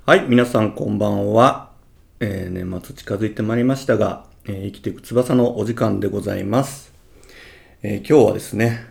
はい、皆さんこんばんは。年末近づいてまいりましたが、生きていく翼のお時間でございます。今日はですね、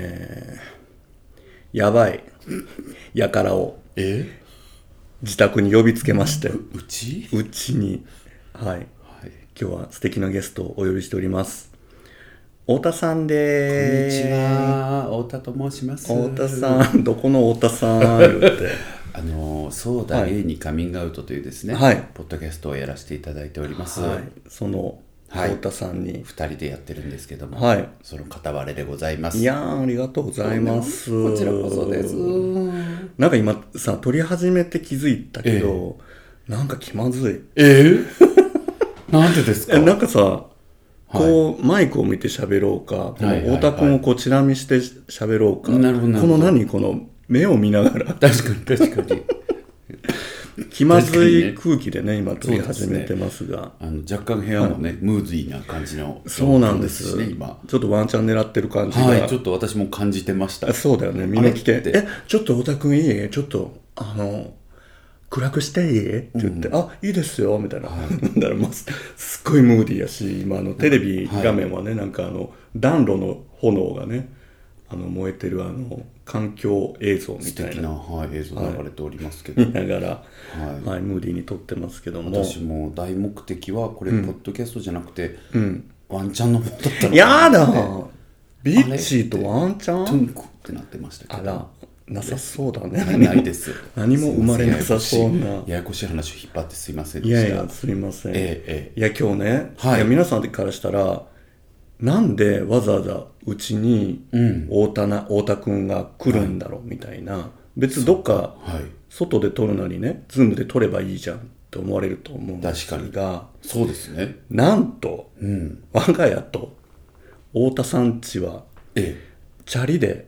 やばい輩を自宅に呼びつけまして、うちに、はい、今日は素敵なゲストをお呼びしております。太田さんでーす。 こんにちは、太田と申します。 太田さん、どこの太田さん言ってそうだ、ゲイにカミングアウトというですね、 はい、 ポッドキャストをやらせていただいております。 はい、その太田さんに、 2人でやってるんですけども、 はい、 その片割れでございます。 いやー、ありがとうございます。 こちらこそです。 なんか今さ、撮り始めて気づいたけど、なんか気まずい。 なんでですか？ なんかさ、こうマイクを見て喋ろうか、この太田君をこうチラ見して喋ろうか、この目を見ながら確かに気まずい空気でね、今撮り始めてますが、 若干部屋もね、ムーディーな感じのそうなんですね、今ちょっとワンチャン狙ってる感じが、 ちょっと私も感じてました。 そうだよね、身の危険。ちょっと太田君いい？ちょっと暗くしていい？って言って、いいですよみたいな、だからすっごいムーディーやし、今テレビ画面はね、なんか暖炉の炎がね、燃えてる環境映像みたいな素敵な、映像流れておりますけど、 見ながら、ムーディーに撮ってますけども、 私も大目的はこれ、ポッドキャストじゃなくて、ワンチャンの方だったのやだビッチーとワンチャントゥンクってなってましたけど、 あらなさそうだね。 ないです何も生まれなさそうなややこしい話を引っ張ってすいませんでした。 いやすいません。 いや今日ね、いや皆さんからしたら、なんでわざわざうちに太田くんが来るんだろうみたいな、別にどっか外で撮るなりね、ズームで撮ればいいじゃんって思われると思うんですが、 確かにそうですね。 なんと、我が家と太田さん家はチャリで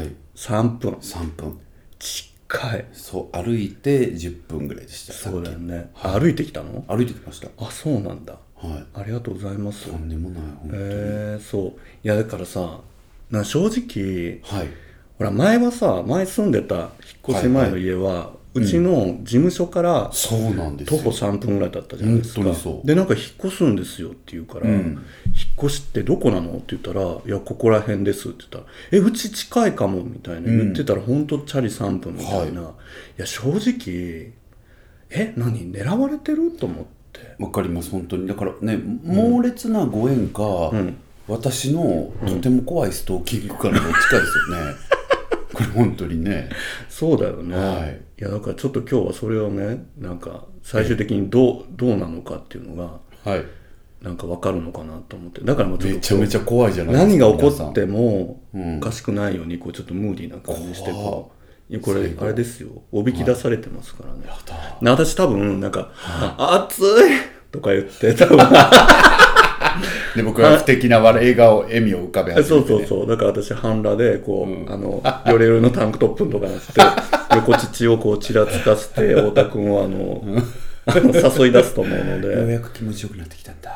3分、近い。 そう歩いて10分ぐらいでした。 そうだよね、歩いてきたの？ 歩いてきました。 そうなんだ。ありがとうございます。 とんでもない、本当に。 そういやだからさ、正直、ほら前住んでた引っ越し前の家は、うちの事務所から徒歩3分ぐらいだったじゃないですか。でなんか引っ越すんですよって言うから、引っ越しってどこなのって言ったら、いやここら辺ですって言ったら、うち近いかもみたいな言ってたら、本当チャリ3分みたいな、いや正直何狙われてると思って。 わかります、本当に。だからね、猛烈なご縁か、私のとても怖いストーキングかのどっちかですよね。これ本当にね。 そうだよね。いやだからちょっと今日はそれをね、なんか最終的にどうなのかっていうのが、なんか分かるのかなと思って。だからもうちょっとめちゃめちゃ怖いじゃないですか。 何が起こってもおかしくないように、こうちょっとムーディーな感じしてこれあれですよ、おびき出されてますからね。私多分なんか、暑いとか言って多分で僕は不敵な笑みを浮かべ始めて、 そうだから私半裸でこう、ヨレヨレのタンクトップとかなって横乳をこうちらつかせて太田君を誘い出すと思うので、 ようやく気持ちよくなってきたんだ。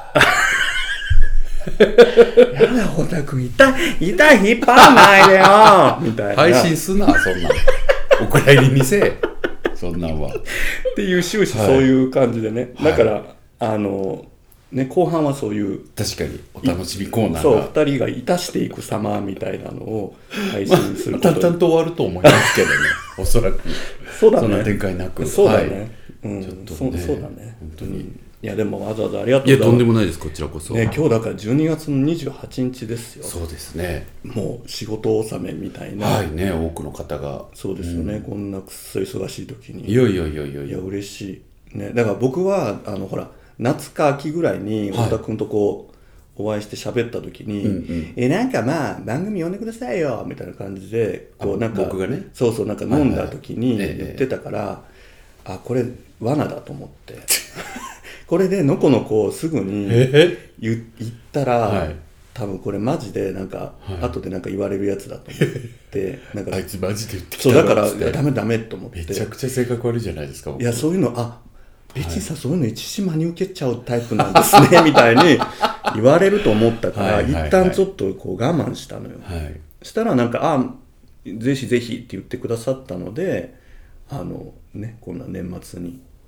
やだ太田君、痛い引っ張らないでよみたいな。 配信すなそんなお蔵入りにせえそんなんはっていう終始そういう感じでね、だから後半はそういう確かにお楽しみコーナーが、 そう2人がいたしていく様みたいなのを配信すること淡々と終わると思いますけどね。おそらくそうだね、 そんな展開なく。 そうだね、 ちょっとね、 そうだね、本当に。いやでもわざわざありがとうございます。いやとんでもないです、こちらこそ。 今日だから12月の28日ですよ。 そうですね。 もう仕事納めみたいな。 多くの方が。 そうですよね、こんなくっそ忙しい時に。 いや嬉しいね。だから僕はほら夏か秋ぐらいに太田君とこうお会いして喋った時に、なんか番組呼んでくださいよみたいな感じで、こうなんか僕がね、 そうなんか飲んだ時に言ってたから、これ罠だと思ってこれでのこのこすぐに言ったら、多分これマジでなんか、後でなんか言われるやつだと思ってなんかあいつマジで言ってきたそうだからダメと思って。 めちゃくちゃ性格悪いじゃないですか。 いやそういうのベッチーさんそういうの一時真に受けちゃうタイプなんですねみたいに言われると思ったから一旦ちょっとこう我慢したのよ。したらなんかぜひぜひって言ってくださったのでこんな年末に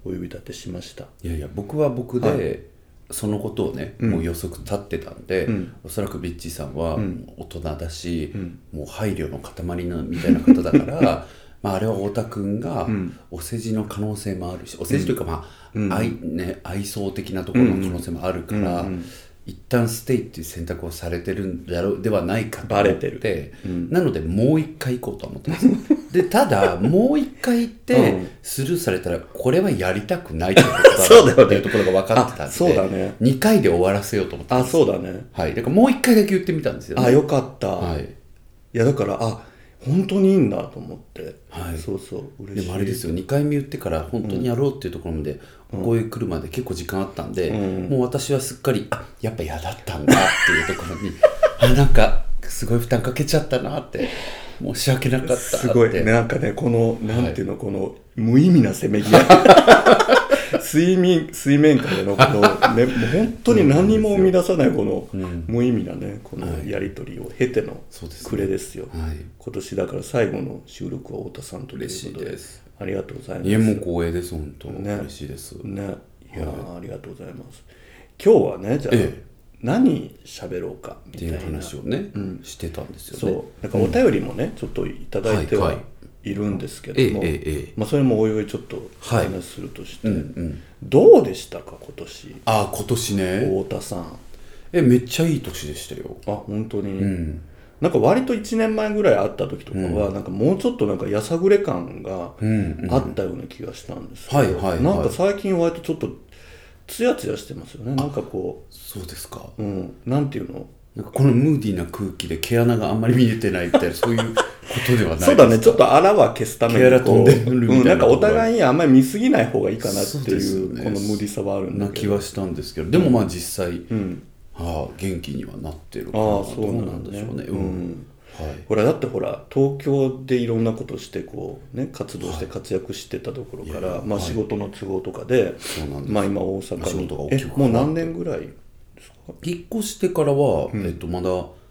お呼び立てしました。 いやいや、僕は僕で、はい、そのことをね、もう予測立ってたんで、おそらくビッチーさんは大人だし、もう配慮の塊なみたいな方だからまあ、あれは太田君がお世辞の可能性もあるし、お世辞というか、まあ愛想的なところの可能性もあるから、一旦ステイっていう選択をされてるんだろうではないかと思って、バレてる、なのでもう一回行こうと思ってますで、ただもう一回行ってスルーされたらこれはやりたくないってことだっていうところが分かってたんで、 そうだね、 2回で終わらせようと思ってます。 そうだね、 はい、だからもう一回だけ言ってみたんですよね。 よかった、 はい、 いやだから本当にいいんだと思って、はい、そうそう嬉しい。 でもあれですよ、2回目言ってから本当にやろうっていうところまで、こういう来るまで結構時間あったんで、もう私はすっかりやっぱ嫌だったんだっていうところになんかすごい負担かけちゃったなって、申し訳なかったって。 すごいなんかね、このなんていうの、この無意味なせめぎ合い水面下でのこの、ね、もう本当に何も生み出さないこの無意味なね、このやり取りを経ての暮れですよ。今年だから最後の収録は太田さんということで、ありがとうございます。 いやもう光栄です、本当ね、嬉しいですね。 いや、ありがとうございます。今日はね、じゃあ、何喋ろうかみたいなっていう話をね、してたんですよね。 そうなんかお便りもね、ちょっといただいてはいるんですけども、まあ、それもおいおいちょっとお話するとして、どうでしたか今年。 今年ね、 太田さん。 めっちゃいい年でしたよ。 本当に、なんか割と1年前ぐらい会った時とかは、なんかもうちょっとなんかやさぐれ感があったような気がしたんですけど、なんか最近割とちょっとツヤツヤしてますよね。なんかこう。 そうですか。 なんていうの、 なんかこのムーディーな空気で毛穴があんまり見えてないみたいなそういうことではないですか。 そうだね、ちょっとあらは消すために毛穴飛んでるみたいな、 なんかお互いにあんまり見すぎない方がいいかなっていう、この無理さはあるんだけど、 な気はしたんですけど、でもまあ実際、元気にはなってるかな。そうなんでしょうね。 ほらだってほら東京でいろんなことしてこうね、活動して活躍してたところから、まあ仕事の都合とかで、まあ今大阪にもう何年ぐらいですか。 引っ越してからはまだ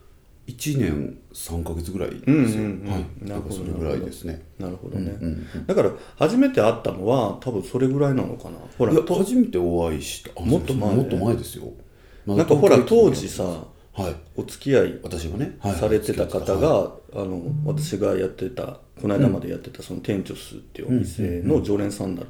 1年3ヶ月ぐらいですよ。なんかそれぐらいですね。 なるほどね。だから初めて会ったのは多分それぐらいなのかな。 ほら初めてお会いしたもっと前ですよ。 なんかほら当時さ、お付き合いされてた方が、私がやってたこの間までやってたその店長スっていうお店の常連さんだった。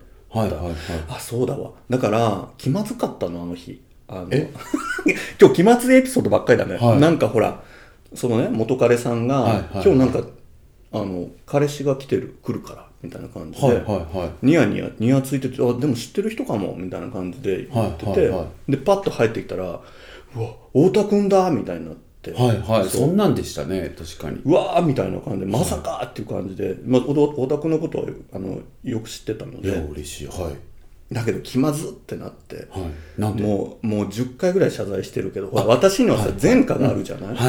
そうだわ。だから気まずかったの、あの日。今日気まずいエピソードばっかりだね。なんかほらそのね、元彼さんが今日なんか彼氏が来るからみたいな感じでニヤニヤついてて、でも知ってる人かもみたいな感じで言ってて、でパッと入ってきたら、うわ太田くんだみたいになって、 そんなんでしたね。確かにうわーみたいな感じで、まさかっていう感じで、太田くんのことはよく知ってたので、 いや嬉しい。 だけど気まずってなって、なんでもう10回ぐらい謝罪してるけど、私にはさ前科があるじゃない。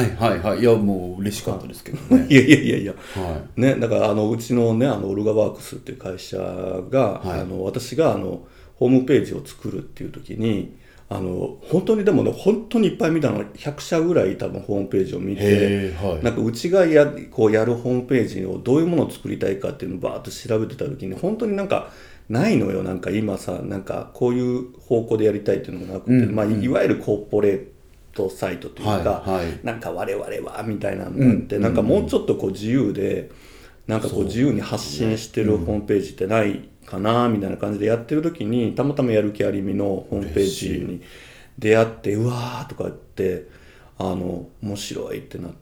いやもう嬉しかったですけどね。 いや、ね、だからうちのねオルガワークスっていう会社が、私がホームページを作るっていう時に本当にでもね、本当にいっぱい見たの、100社ぐらい多分ホームページを見て、なんかうちがやるホームページをどういうものを作りたいかっていうのをバーッと調べてた時に、本当になんかないのよ。なんか今さ、なんかこういう方向でやりたいっていうのがなくて、いわゆるコーポレートサイトというか、なんか我々はみたいなのがあって、なんかもうちょっとこう自由で、なんかこう自由に発信してるホームページってないかなみたいな感じでやってる時に、たまたまやる気ありみのホームページに出会って、うわーとかって面白いってなって、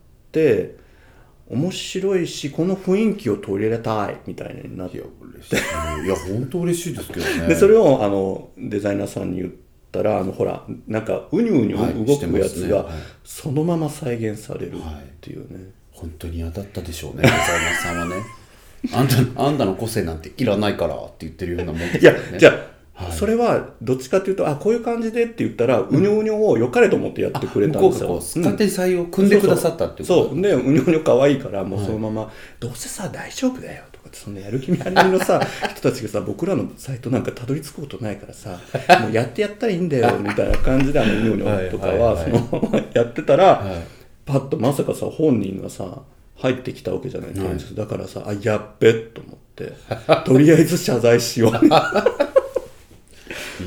面白いしこの雰囲気を取り入れたいみたいになって、いや本当嬉しいですけどね。 でそれをデザイナーさんに言ったら、ほらなんかうにゅうにゅ動くやつがそのまま再現されるっていうね。 本当に当たったでしょうね、デザイナーさんはね。あんたの個性なんていらないからって言ってるようなもんですよね。 いやじゃあ、それはどっちかというと、こういう感じでって言ったら、うにょうにょを良かれと思ってやってくれたんですよ。 勝手に採用組んでくださったっていうこと。 そうで、うにょうにょ可愛いから、もうそのまま、どうせさ大丈夫だよとかって、そんなやる気ありみのさ人たちがさ、僕らのサイトなんかたどり着くことないからさ、もうやってやったらいいんだよみたいな感じで、うにょうにょとかはそのままやってたら、パッとまさかさ本人がさ入ってきたわけじゃないですか。だからさ、やっべと思ってとりあえず謝罪しよう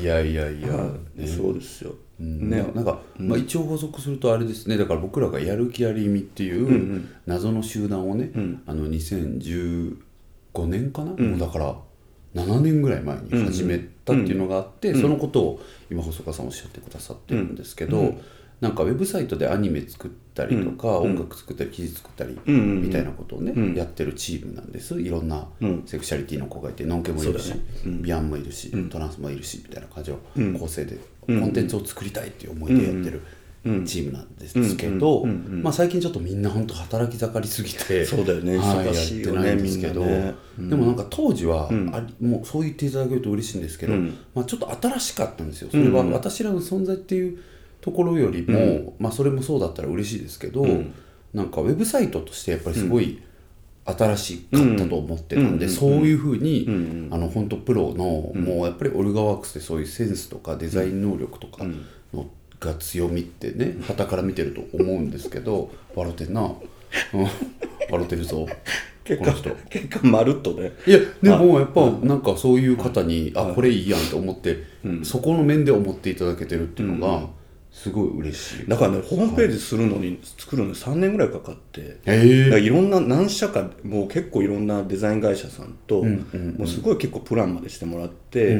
やいや、 ね、そうですよ、 ね、なんか、一応補足するとあれですね、だから僕らがやる気ありみっていう謎の集団をね、2015年かな、もうだから7年ぐらい前に始めたっていうのがあって、そのことを今細川さんおっしゃってくださってるんですけど、なんかウェブサイトでアニメ作ったりとか、音楽作ったり記事作ったりみたいなことをね、やってるチームなんです。いろんなセクシャリティの子がいて、ノンケもいるし、ビアンもいるし、トランスもいるしみたいな感じの構成でコンテンツを作りたいっていう思いでやってるチームなんですけど、最近ちょっとみんな本当働き盛りすぎて、 そうだよね、 忙しいよね、やってないんですけど、でもなんか当時は、もうそう言っていただけると嬉しいんですけど、ちょっと新しかったんですよ。それは私らの存在っていうところよりも、それもそうだったら嬉しいですけど、なんかウェブサイトとしてやっぱりすごい新しかったと思ってたんで、そういうふうに本当プロの、もうやっぱりオルガワークスでそういうセンスとかデザイン能力とかのが強みってね、傍から見てると思うんですけど、笑ってんな、笑ってるぞ結果まるっとね。 いやでもやっぱなんかそういう方に、これいいやんと思って、そこの面で思っていただけてるっていうのがすごい嬉しい。 だからね、ホームページするのに、作るのに3年ぐらいかかって、だからいろんな何社か、もう結構いろんなデザイン会社さんと、もうすごい結構プランまでしてもらって、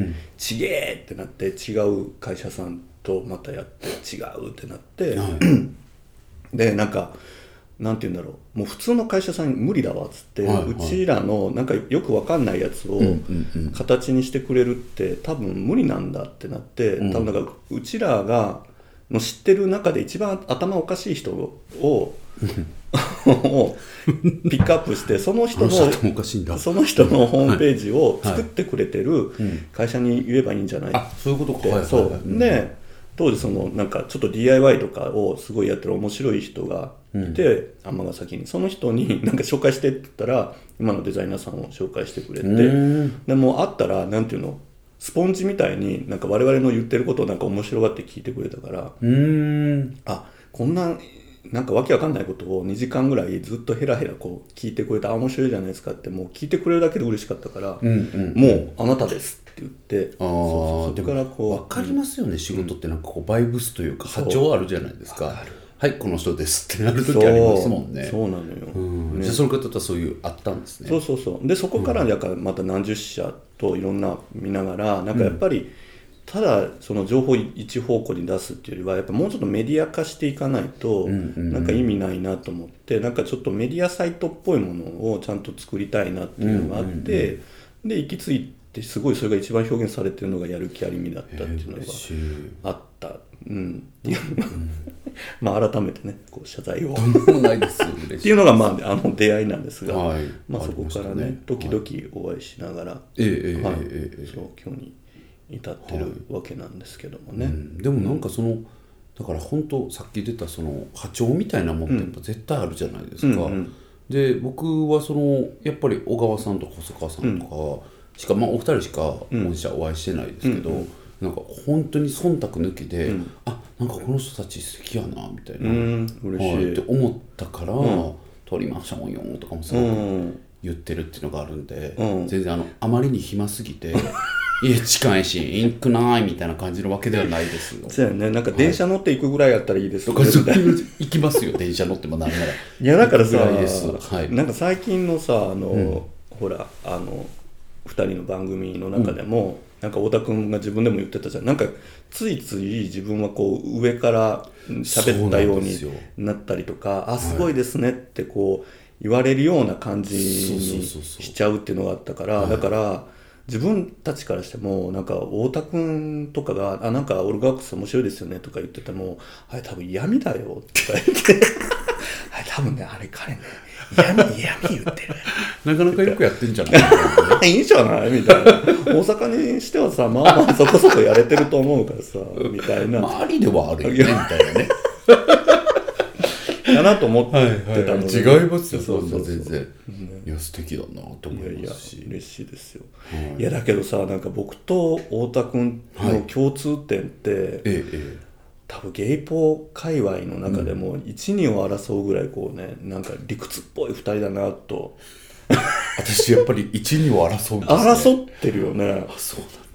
ちげーってなって、違う会社さんとまたやって違うってなって、でなんかなんて言うんだろう、もう普通の会社さん無理だわっつって、うちらのなんかよくわかんないやつを形にしてくれるって多分無理なんだってなって、多分なんかうちらがの知ってる中で一番頭おかしい人をピックアップして、その人のホームページを作ってくれてる会社に言えばいいんじゃないって、 そういうことか。 そうで、当時そのなんかちょっと DIY とかをすごいやってる面白い人がいて、尼崎にその人になんか紹介してって言ったら、今のデザイナーさんを紹介してくれて、でも会ったらなんていうの、スポンジみたいになんか我々の言ってることをなんか面白がって聞いてくれたから、こんななんかわけわかんないことを2時間ぐらいずっとヘラヘラこう聞いてくれた、面白いじゃないですかって、もう聞いてくれるだけで嬉しかったから、もうあなたですって言って、そこからこう分かりますよね、仕事ってなんかこうバイブスというか波長あるじゃないですか。はい、この人ですってなる時ありますもんね。 そうなのよ、 じゃあその方とはそういうあったんですね。 そうで、そこからだからまた何十社といろんな見ながら、なんかやっぱりただその情報一方向に出すっていうよりは、やっぱもうちょっとメディア化していかないとなんか意味ないなと思って、なんかちょっとメディアサイトっぽいものをちゃんと作りたいなっていうのがあって、で行き着いて、すごいそれが一番表現されてるのがやる気ありみだったっていうのがあった、まあ改めてねこう謝罪をないですっていうのがまあ出会いなんですが、まあそこからね時々お会いしながら、そう今日に至ってるわけなんですけどもね。 でもなんかそのだから本当さっき出たその波長みたいなもんってやっぱ絶対あるじゃないですか。で僕はそのやっぱり小川さんとか細川さんとかしか、お二人しか御社お会いしてないですけど、なんか本当に忖度抜きで、なんかこの人たち素敵やなみたいな、 嬉しいって思ったから、撮りましょうよとかもすごく言ってるっていうのがあるんで、全然あまりに暇すぎて家近いしインクないみたいな感じのわけではないですよ。 そうやね、なんか電車乗って行くぐらいやったらいいですとか、行きますよ電車乗ってもなんなら。 いやだからさ、 なんか最近のさほら2人の番組の中でも、なんか太田君が自分でも言ってたじゃん、なんかついつい自分はこう上から喋ったようになったりとか、すごいですねってこう言われるような感じにしちゃうっていうのがあったから、だから自分たちからしてもなんか太田君とかがなんかオルガワックス面白いですよねとか言ってても、あれ多分闇だよとか言ってあれ多分ね、あれ彼ね闇言ってるなかなかよくやってんじゃないいいじゃないみたいな、大阪にしてはさ、まあそこそこやれてると思うからさみたいな、 ありではあるよねみたいなねだなと思ってたので、 違いますよ、全然。いや素敵だなと思いますし、 嬉しいですよ。いやだけどさ、なんか僕と太田君の共通点って、多分ゲイポ界隈の中でも1、2を争うぐらいこうね、なんか理屈っぽい2人だなと私やっぱり1、2を争うんですね。 争ってるよね。 そうなんだ。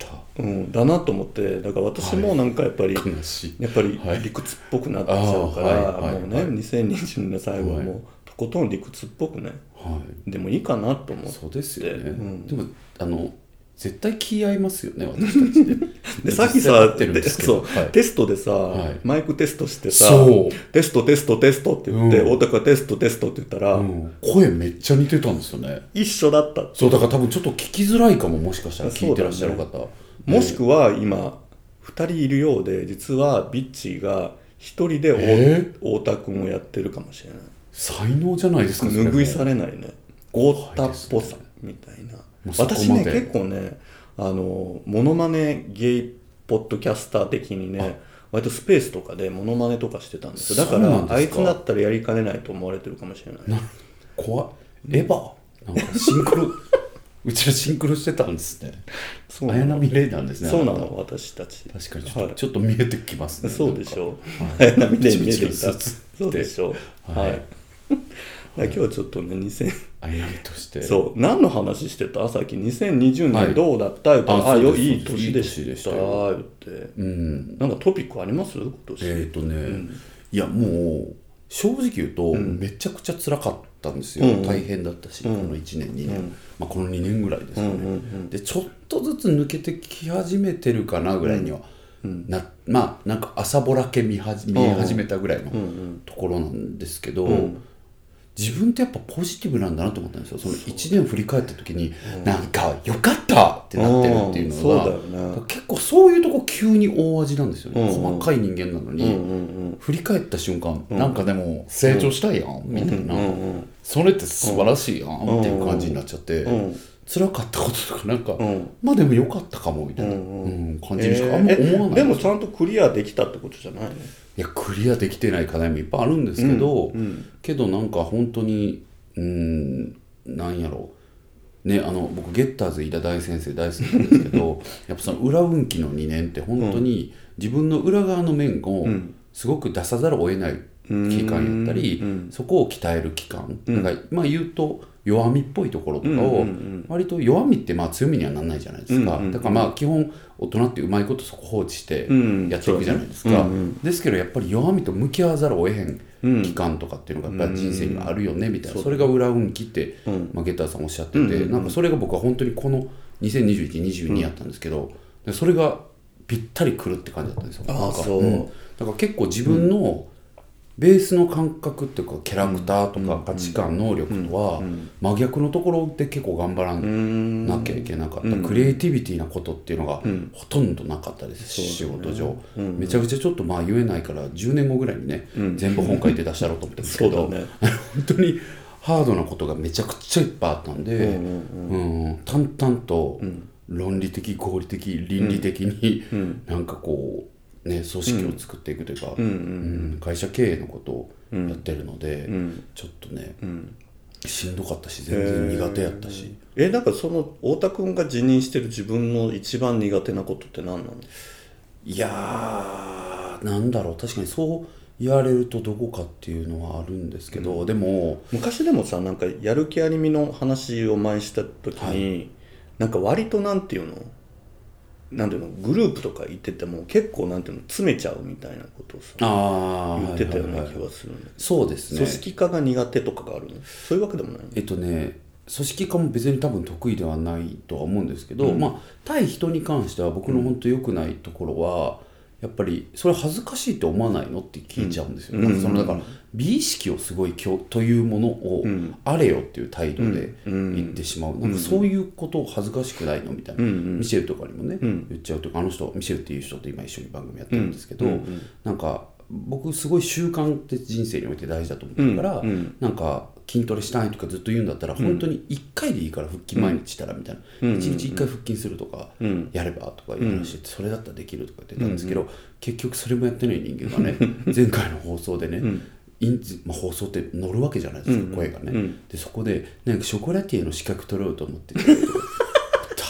だなと思って、だから私もなんかやっぱり、やっぱり理屈っぽくなっちゃうから、もうね、2020年の最後はもうとことん理屈っぽくね、でもいいかなと思って。 そうですよね。でも絶対気合いますよね、私たちで。 でさっきさ、テストでさ、マイクテストしてさ、テストテストテストって言って、大高がテストテストって言ったら、 声めっちゃ似てたんですよね。 一緒だった。 そう、だから多分ちょっと聞きづらいかも、もしかしたら聞いてらっしゃる方。 もしくは今、2人いるようで、実はビッチーが1人で太田君をやってるかもしれない。 才能じゃないですか。 拭いされないね。太田っぽさみたいな。私ね、結構ね、モノマネゲイポッドキャスター的にね、割とスペースとかでモノマネとかしてたんですよ。だからあいつだったらやりかねないと思われてるかもしれない。 怖っ。エヴァなんかシンクロうちらシンクロしてたんですね。綾波レイなんですね。 そうなの、私たち。 確かにちょっと見えてきますね。 そうでしょう。綾波レイ見えてきた。そうでしょう。はい。今日はちょっとね、 綾波としてそう何の話してた？さっき2020年どうだった？言ったら、いい年でした言って、なんかトピックあります？今年。いやもう正直言うと、めちゃくちゃ辛かったんですよ。大変だったし、この1年2年、この2年ぐらいですかね。でちょっとずつ抜けてき始めてるかなぐらいには、なんか朝ぼらけ見え始めたぐらいのところなんですけど、自分ってやっぱポジティブなんだなと思ったんですよ。その1年振り返った時に、なんかよかったってなってるっていうのが、結構そういうとこ急に大味なんですよね。細かい人間なのに、振り返った瞬間、なんかでも成長したいやんみたいな、それって素晴らしいやんっていう感じになっちゃって、辛かったこととかなんか、まあでもよかったかもみたいな感じにしかあんま思わない。 でもちゃんとクリアできたってことじゃないの？ いやクリアできてない課題もいっぱいあるんですけど、けどなんか本当になんやろうね、僕ゲッターズ飯田大先生大好きなんですけどやっぱその裏運気の2年って本当に自分の裏側の面をすごく出さざるを得ない期間やったり、そこを鍛える期間、だからまあ言うと弱みっぽいところとかを、割と弱みってまあ強みにはならないじゃないですか。だからまあ基本大人ってうまいことそこ放置してやっていくじゃないですか。ですけどやっぱり弱みと向き合わざるを得へん期間とかっていうのがやっぱり人生にはあるよねみたいな、それが裏運気ってゲッターズさんおっしゃってて、なんかそれが僕は本当にこの2021、22やったんですけど、それがぴったりくるって感じだったんですよ。だから結構自分のベースの感覚っていうかキャラクターとか価値観能力とは真逆のところで結構頑張らなきゃいけなかった、クリエイティビティなことっていうのがほとんどなかったですし、仕事上めちゃくちゃちょっとまあ言えないから10年後ぐらいにね、全部本書いて出したろうと思ってるんですけど、本当にハードなことがめちゃくちゃいっぱいあったんで、淡々と論理的合理的倫理的になんかこうね、組織を作っていくというか、会社経営のことをやってるので、ちょっとね、しんどかったし全然苦手やったし、 なんかその太田君が自認してる自分の一番苦手なことって何なの？ いやーなんだろう、確かにそう言われるとどこかっていうのはあるんですけど、でも昔でもさ、なんかやる気ありみの話を前した時に、なんか割となんていうのなんていうの、グループとか行ってても結構なんていうの詰めちゃうみたいなことをさ言ってたような気がするんだけど、 そうですね。 組織化が苦手とかがあるの？そういうわけでもないの？ 組織化も別に多分得意ではないとは思うんですけど、まあ対人に関しては僕の本当良くないところは、やっぱりそれ恥ずかしいと思わないのって聞いちゃうんですよ。なんかだから美意識をすごいというものをあれよっていう態度で言ってしまう、なんかそういうことを恥ずかしくないのみたいな、ミシェルとかにもね、言っちゃうとか、ミシェルっていう人と今一緒に番組やってるんですけど、なんか僕すごい習慣って人生において大事だと思ってるから、なんか筋トレしたいとかずっと言うんだったら、本当に1回でいいから腹筋毎日したらみたいな、1日1回腹筋するとかやればとかいう話して、それだったらできるとか言ってたんですけど、結局それもやってない人間がね前回の放送でね、放送って乗るわけじゃないですか、声がね、でそこでなんかショコラティエの資格取ろうと思って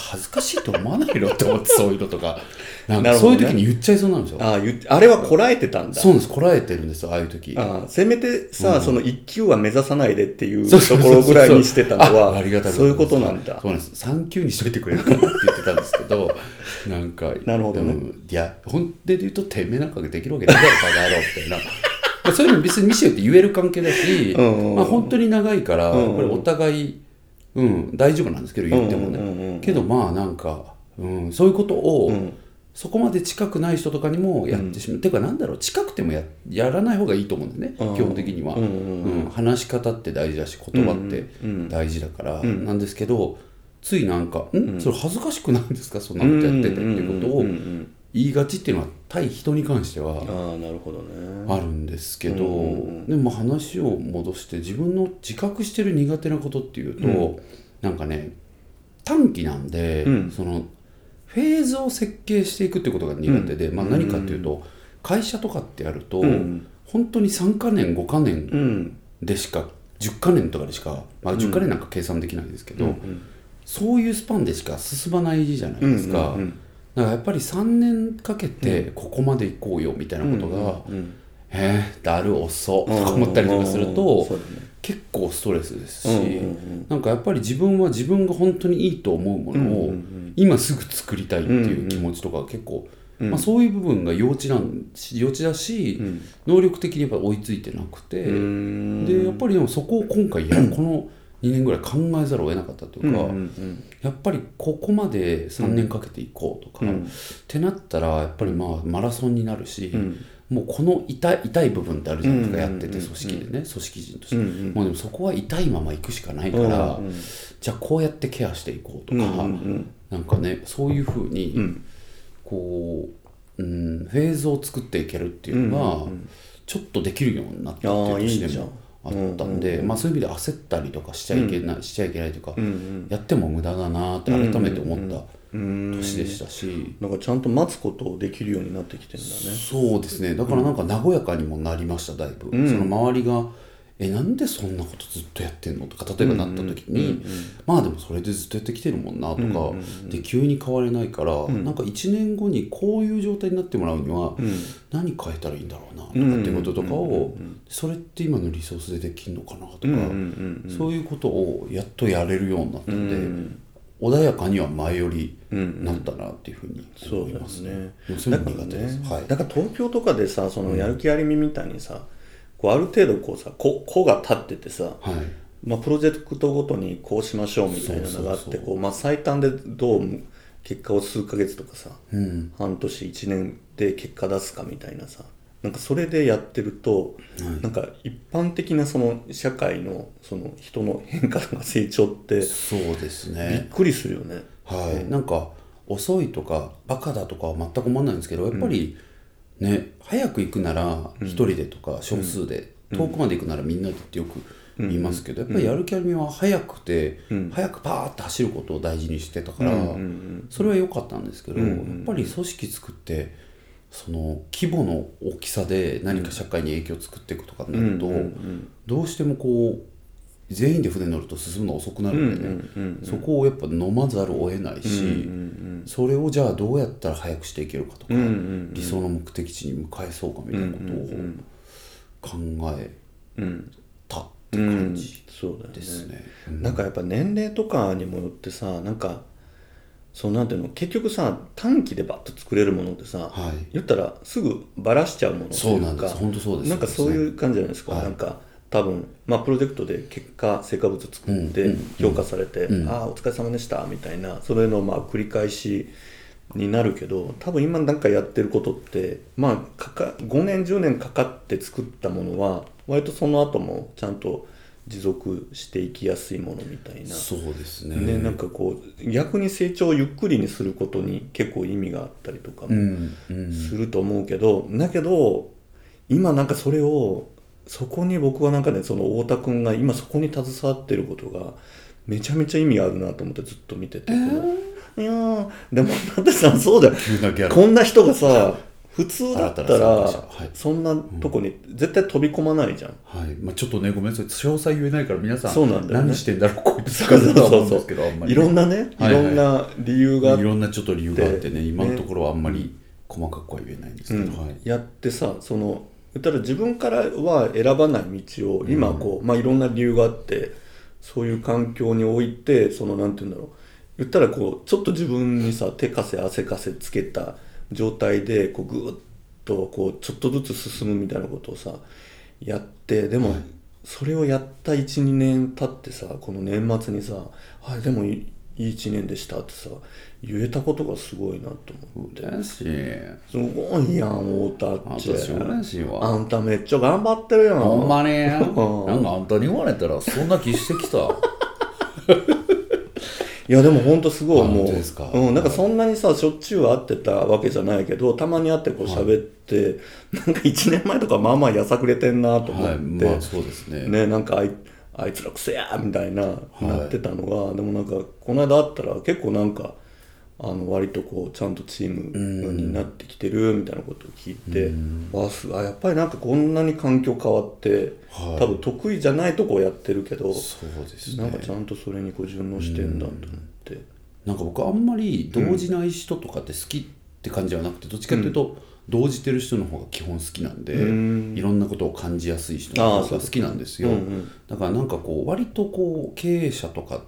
恥ずかしいと思わないのって思ってそういうのとかなんかそういう時に言っちゃいそうなんですよ。 あれはこらえてたんだ。 そうです、こらえてるんですよ、ああいう時。 せめてさ、その1級は目指さないでっていうところぐらいにしてたのはそういうことなんだ。 そうなんです。3級にしといてくれるかなって言ってたんですけどなんかなるほどね。 いや本音で言うとてめえなんかできるわけないだろバカ野郎みたいなまあそういうの別に見せよって言える関係だしまあ本当に長いからやっぱりお互い大丈夫なんですけど言ってもね、けどまあなんか、そういうことを、そこまで近くない人とかにもやってしまう、ていうかなんだろう、近くても やらない方がいいと思うんですね、基本的には、話し方って大事だし言葉って大事だから、なんですけどついなんかそれ恥ずかしくないんですかそんなことやっててっていうことを言いがちっていうのは対人に関してはあるんですけど、でも話を戻して自分の自覚してる苦手なことっていうと、なんかね短期なんで、そのフェーズを設計していくってことが苦手で、何かっていうと会社とかってやると、本当に3カ年5カ年でしか、10カ年とかでしか、10カ年なんか計算できないですけど、そういうスパンでしか進まないじゃないですか。だからやっぱり3年かけてここまで行こうよみたいなことがだる遅とか思ったりとかすると結構ストレスですし、なんかやっぱり自分は自分が本当にいいと思うものを今すぐ作りたいっていう気持ちとか結構、そういう部分が幼稚だし、能力的にやっぱ追いついてなくて、でやっぱりでもそこを今回この2年ぐらい考えざるを得なかったというか、やっぱりここまで3年かけていこうとか、ってなったらやっぱりマラソンになるし、もうこの痛い部分ってあるじゃないですか、やってて組織でね、組織人として、もうでもそこは痛いまま行くしかないから、じゃあこうやってケアしていこうとか、なんかねそういうふうにこう、フェーズを作っていけるっていうのがちょっとできるようになったっていう年でもあったんで、そういう意味で焦ったりとかしちゃいけないとか、やっても無駄だなって改めて思った年でしたし、 なんかちゃんと待つことをできるようになってきてるんだね。 そうですね。だからなんか和やかにもなりましただいぶ、その周りがなんでそんなことずっとやってんのとか例えばなった時に、でもそれでずっとやってきてるもんなとか、で急に変われないから、なんか1年後にこういう状態になってもらうには何変えたらいいんだろうなとかっていうこととかを、それって今のリソースでできるのかなとか、そういうことをやっとやれるようになったんで、穏やかには前よりなったなっていうふうに思いますね。 だから東京とかでさ、そのやる気ありみみたいにさ、ある程度個が立っててさ、プロジェクトごとにこうしましょうみたいなのがあって、最短でどう結果を数ヶ月とかさ、半年1年で結果出すかみたいなさ、なんかそれでやってると、なんか一般的なその社会のその人の変化とか成長ってそうですね、 びっくりするよね。 なんか遅いとかバカだとかは全く思わないんですけど、やっぱり早く行くなら一人でとか少数で、遠くまで行くならみんなでってよく言いますけど、やっぱりやる気ありみは早くて、早くパーッと走ることを大事にしてたから、それは良かったんですけど、やっぱり組織作ってその規模の大きさで何か社会に影響を作っていくとかになると、どうしてもこう全員で船に乗ると進むの遅くなるんでね、そこをやっぱ飲まざるを得ないし、それをじゃあどうやったら早くしていけるかとか、理想の目的地に向かえそうかみたいなことを考えたって感じですね。 なんかやっぱ年齢とかにもよってさ、なんかそうなんていうの、結局さ短期でバッと作れるものってさ、言ったらすぐバラしちゃうものというか、 そうなんです、本当そうです。 なんかそういう感じじゃないですか。なんか多分プロジェクトで結果成果物作って評価されて、ああお疲れ様でしたみたいな、それの繰り返しになるけど、多分今なんかやってることって5年10年かかって作ったものは割とその後もちゃんと持続していきやすいものみたいな。 そうですね。 なんかこう逆に成長をゆっくりにすることに結構意味があったりとかもすると思うけど、だけど今なんかそれをそこに僕はなんかね、その太田君が今そこに携わってることがめちゃめちゃ意味があるなと思ってずっと見てて、いやでもだってさ、そうだよ、こんな人がさ普通だったらそんなとこに絶対飛び込まないじゃん、 ちょっとねごめんなさい詳細言えないから皆さんそうなんだよ、ね、 何してんだろうこいつかと思うんですけど、あんまりいろんなね、いろんな理由があって、 いろんなちょっと理由があってね、今のところはあんまり細かくは言えないんですけど、 やってさ、その言ったら自分からは選ばない道を今こう、いろんな理由があってそういう環境において、そのなんて言うんだろう、言ったらこうちょっと自分にさ手かせ汗かせつけた状態でこうぐーっとこうちょっとずつ進むみたいなことをさやって、でもそれをやった 1,2 年経ってさ、この年末にさでもいい1年でしたってさ言えたことがすごいなと思って。 嬉しい。 すごいやん太田っち。 私嬉しいわ。 あんためっちゃ頑張ってるやん。 ほんまになんかあんたに言われたらそんな気してきた。 いやでもほんとすごいもう、 なんかそんなにさしょっちゅう会ってたわけじゃないけど、たまに会ってこう喋って、なんか1年前とかまあまあやさくれてんなと思って、 そうですね。 なんかあいつらくせやみたいななってたのが、でもなんかこの間会ったら結構なんか割とこうちゃんとチームになってきてるみたいなことを聞いて、やっぱりなんかこんなに環境変わって、多分得意じゃないとこをやってるけど、 そうですね、 なんかちゃんとそれにこう順応してんだと思って、 なんか僕あんまり動じない人とかって好きって感じはなくて、どっちかっていうと動じてる人の方が基本好きなんで、いろんなことを感じやすい人の方が好きなんですよ。だからなんかこう割とこう経営者とかって、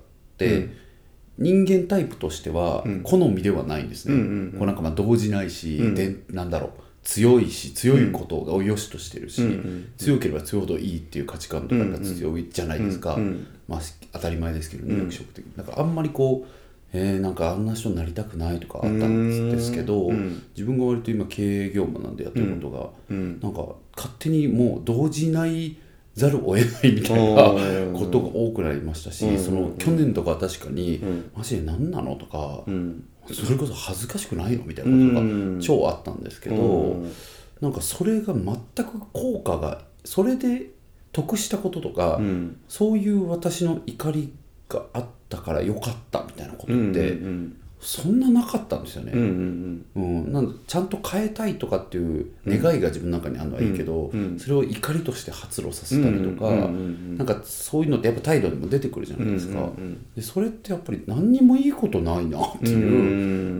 人間タイプとしては好みではないんですね。こうなんかまあ動じないし、なんだろう、強いし強いことが良しとしてるし、強ければ強いほどいいっていう価値観とかが強いじゃないですか。まあ当たり前ですけどね、役職的に。だからあんまりこうなんかあんな人になりたくないとかあったんですけど、自分が割と今経営業務なんでやってることが、なんか勝手にもう動じないざるを得ないみたいなことが多くなりましたし、その去年とかは確かにマジで何なのとか、それこそ恥ずかしくないのみたいなことが超あったんですけど、なんかそれが全く効果が、それで得したこととか、そういう私の怒りがあったから良かったみたいなことってそんななかったんですよね。なんでちゃんと変えたいとかっていう願いが自分の中にあるのはいいけど、それを怒りとして発露させたりとか、なんかそういうのってやっぱ態度にも出てくるじゃないですか。でそれってやっぱり何にもいいことないなっていう、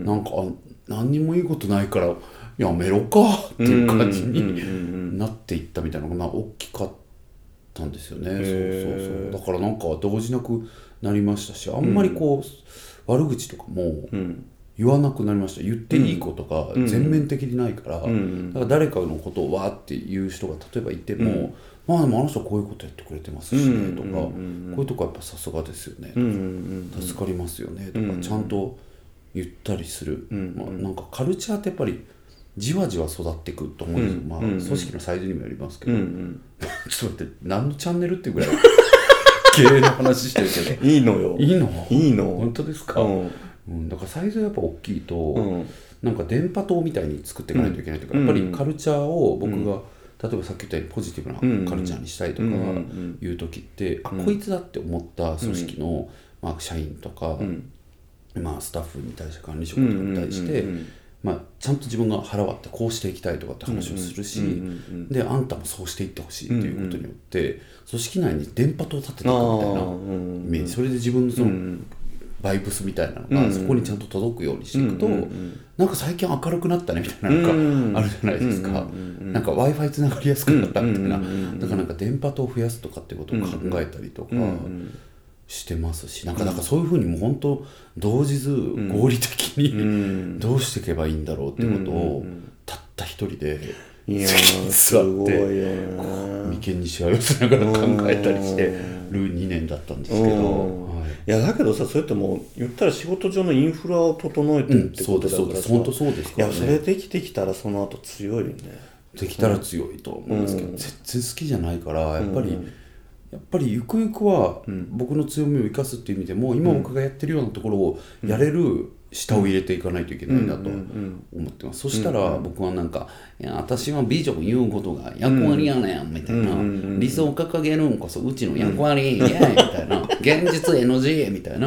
なんか何にもいいことないからやめろかっていう感じになっていったみたいなのが大きかったんですよね。そうだからなんか動じなくなりましたし、あんまりこう、悪口とかも言わなくなりました。言っていいことが全面的にないから、だから誰かのことをわーって言う人が例えばいても、まあでもあの人はこういうことやってくれてますしねとか、こういうとこはやっぱさすがですよねとか、助かりますよねとかちゃんと言ったりする。なんかカルチャーってやっぱりじわじわ育っていくと思うんですよ。まあ組織のサイズにもよりますけど、ちょっと待って、何のチャンネルっていうぐらい経営の話してるけどいいのよ。 いいの本当ですか。だからサイズがやっぱ大きいと、なんか電波塔みたいに作っていかないといけないというか、やっぱりカルチャーを僕が、例えばさっき言ったようにポジティブなカルチャーにしたいとかいう時って、こいつだって思った組織の、社員とか、スタッフに対して管理職とかに対して、ちゃんと自分が腹割ってこうしていきたいとかって話をするし、であんたもそうしていってほしいっていうことによって、組織内に電波塔を立てていくみたいなイメージ、それで自分のそのバイブスみたいなのがそこにちゃんと届くようにしていくと、なんか最近明るくなったねみたいなのがあるじゃないですか。なんか Wi-Fi つながりやすくなったみたいな、だからなんか電波塔を増やすとかっていうことを考えたりとかしてますし、なんかそういうふうにもう本当動じず合理的にどうしていけばいいんだろうってことをたった一人で座って眉間にしわ寄せながら考えたりしてる2年だったんですけど、 いやだけどさ、それってもう言ったら仕事上のインフラを整えてるってことだからさ、 本当そうですからね。 いやそれできてきたらその後強いよね。 できたら強いと思うんですけど、全然好きじゃないから、やっぱりゆくゆくは僕の強みを生かすっていう意味でも、今僕がやってるようなところをやれる下を入れていかないといけないなと思ってます。そしたら僕はなんか、いや私はビジョン言うことが役割やねんみたいな、理想を掲げるんこそうちの役割イエーイみたいな、現実 NG みたいな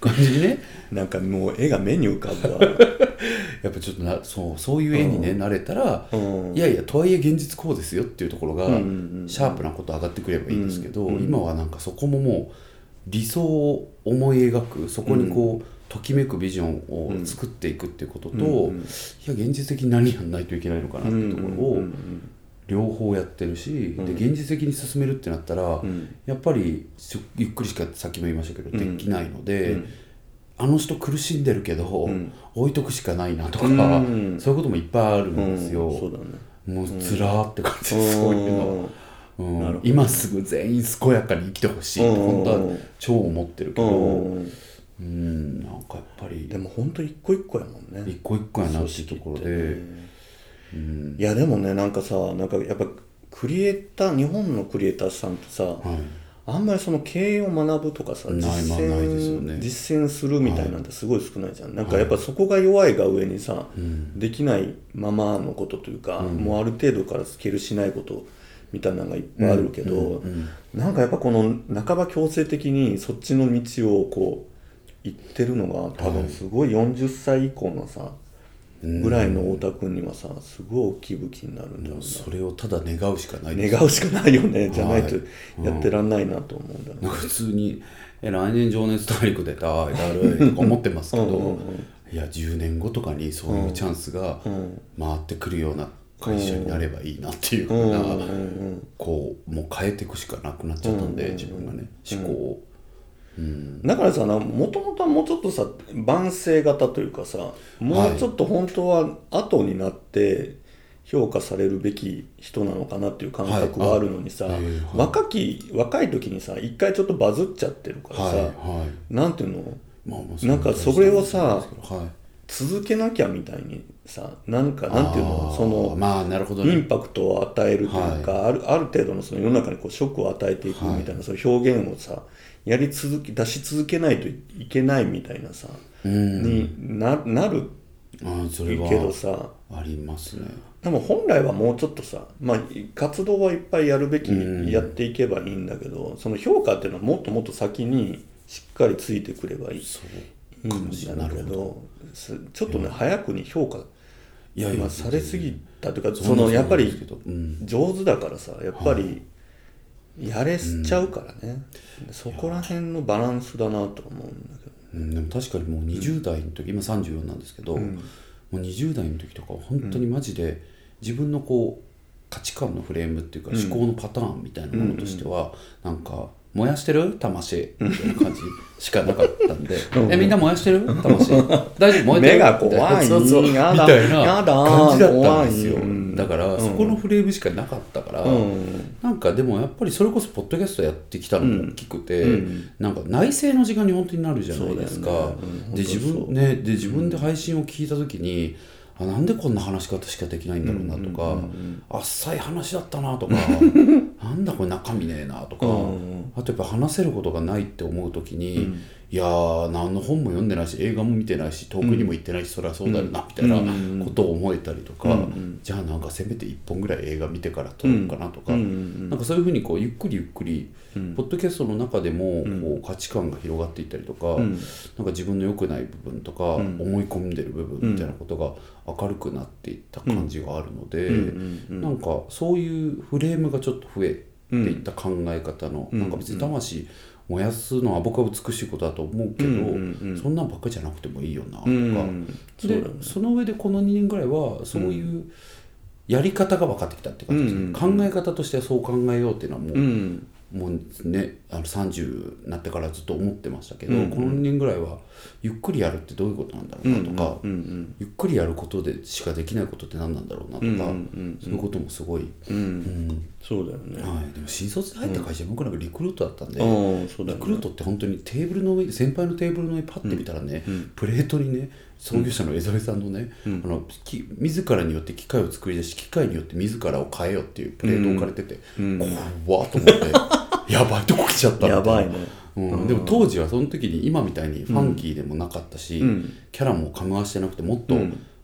感じにねなんかもう絵が目に浮かぶわやっぱちょっとそういう絵にね、慣れたら、いやいやとはいえ現実こうですよっていうところが、シャープなこと上がってくればいいんですけど、今はなんかそこももう理想を思い描く、そこにこう、ときめくビジョンを作っていくっていうことと、いや現実的に何やんないといけないのかなっていうところを両方やってるし、で現実的に進めるってなったら、やっぱりゆっくりしかさっきも言いましたけど、できないので、あの人苦しんでるけど、置いとくしかないなとか、そういうこともいっぱいあるんですよ。 そうだね、 もうつらーって感じです、そういうの。今すぐ全員健やかに生きてほしいと本当は超思ってるけど、なんかやっぱりでも本当一個一個やもんね、 一個一個やなっていうところで、 いやでもね、なんかさ、なんかやっぱクリエイター、日本のクリエイターさんってさ、あんまりその経営を学ぶとかさ、実践するみたいなんてすごい少ないじゃん。なんかやっぱそこが弱いが上にさ、できないままのことというか、もうある程度からスケールしないことみたいなのがいっぱいあるけど、なんかやっぱこの半ば強制的にそっちの道をこう行ってるのが多分すごい40歳以降のさ、ぐらいの太田君にはさ、すごい大きい武器になるんだろうな。 それをただ願うしかないです。願うしかないよね、じゃないとやってらんないなと思うんだろう、 なんか普通に来年情熱大陸出たやるとか思ってますけどいや10年後とかにそういうチャンスが回ってくるような会社になればいいなっていうふうな、こうもう変えていくしかなくなっちゃったんで、自分がね思考を。 だからさ、もともとはもうちょっとさ、万世型というかさ、もうちょっと本当は後になって評価されるべき人なのかなっていう感覚があるのにさ、若い時にさ、一回ちょっとバズっちゃってるからさ、なんていうの、なんかそれをさ、続けなきゃみたいにさ、なんていうの、その、インパクトを与えるというか、ある程度のその世の中にこうショックを与えていくみたいな、そういう表現をさ、出し続けないといけないみたいなさ、になるけどさ、 ありますね。 でも本来はもうちょっとさ、活動はいっぱいやるべき、やっていけばいいんだけど、その評価っていうのはもっともっと先にしっかりついてくればいいんだけど、ちょっとね、早くに評価されすぎたというか、そのやっぱり上手だからさ、やっぱりやれちゃうからね、そこら辺のバランスだなと思うんだけど、 でも確かにもう20代の時、今34なんですけど、もう20代の時とかは本当にマジで自分のこう価値観のフレームっていうか思考のパターンみたいなものとしては、なんか燃やしてる魂みたいな感じしかなかったんでみんな燃やしてる魂大丈夫燃えてる目が怖いみたいな感じだったんですよ。だからそこのフレームしかなかったから、なんかでもやっぱりそれこそポッドキャストやってきたのも大きくて、なんか内省の時間に本当になるじゃないですか。で自分で配信を聞いた時に、なんでこんな話し方しかできないんだろうなとか、あっさい話だったなとかなんだこれ中身ねえなとか、あとやっぱ話せることがないって思う時に、いやー何の本も読んでないし映画も見てないし遠くにも行ってないし、そりゃそうだよなみたいなことを思えたりとか、じゃあなんかせめて1本ぐらい映画見てから撮ろうかなとか、なんかそういうふうにこうゆっくりゆっくりポッドキャストの中でもこう価値観が広がっていったりとか、なんか自分の良くない部分とか思い込んでる部分みたいなことが明るくなっていった感じがあるので、なんかそういうフレームがちょっと増えていった考え方の、なんか別に魂燃やすのは僕は美しいことだと思うけど、そんなんばっかりじゃなくてもいいよなとか、でその上でこの2年ぐらいはそういうやり方が分かってきたって感じですね。考え方としてはそう考えようっていうのはもうね、30になってからずっと思ってましたけど、この2年ぐらいはゆっくりやるってどういうことなんだろうなとか、ゆっくりやることでしかできないことって何なんだろうなとか、そういうこともすごい、 そうだよね、 でも新卒で入った会社、僕なんかリクルートだったんで、リクルートって本当にテーブルの上、先輩のテーブルの上パッて見たらね、プレートにね、創業者の江添さんのね、自らによって機械を作り出し、機械によって自らを変えよっていうプレート置かれてて、怖っと思ってやばいとこ来ちゃったみたいな。 やばいね。 でも当時はその時に今みたいにファンキーでもなかったし、キャラもかむわしてなくて、もっと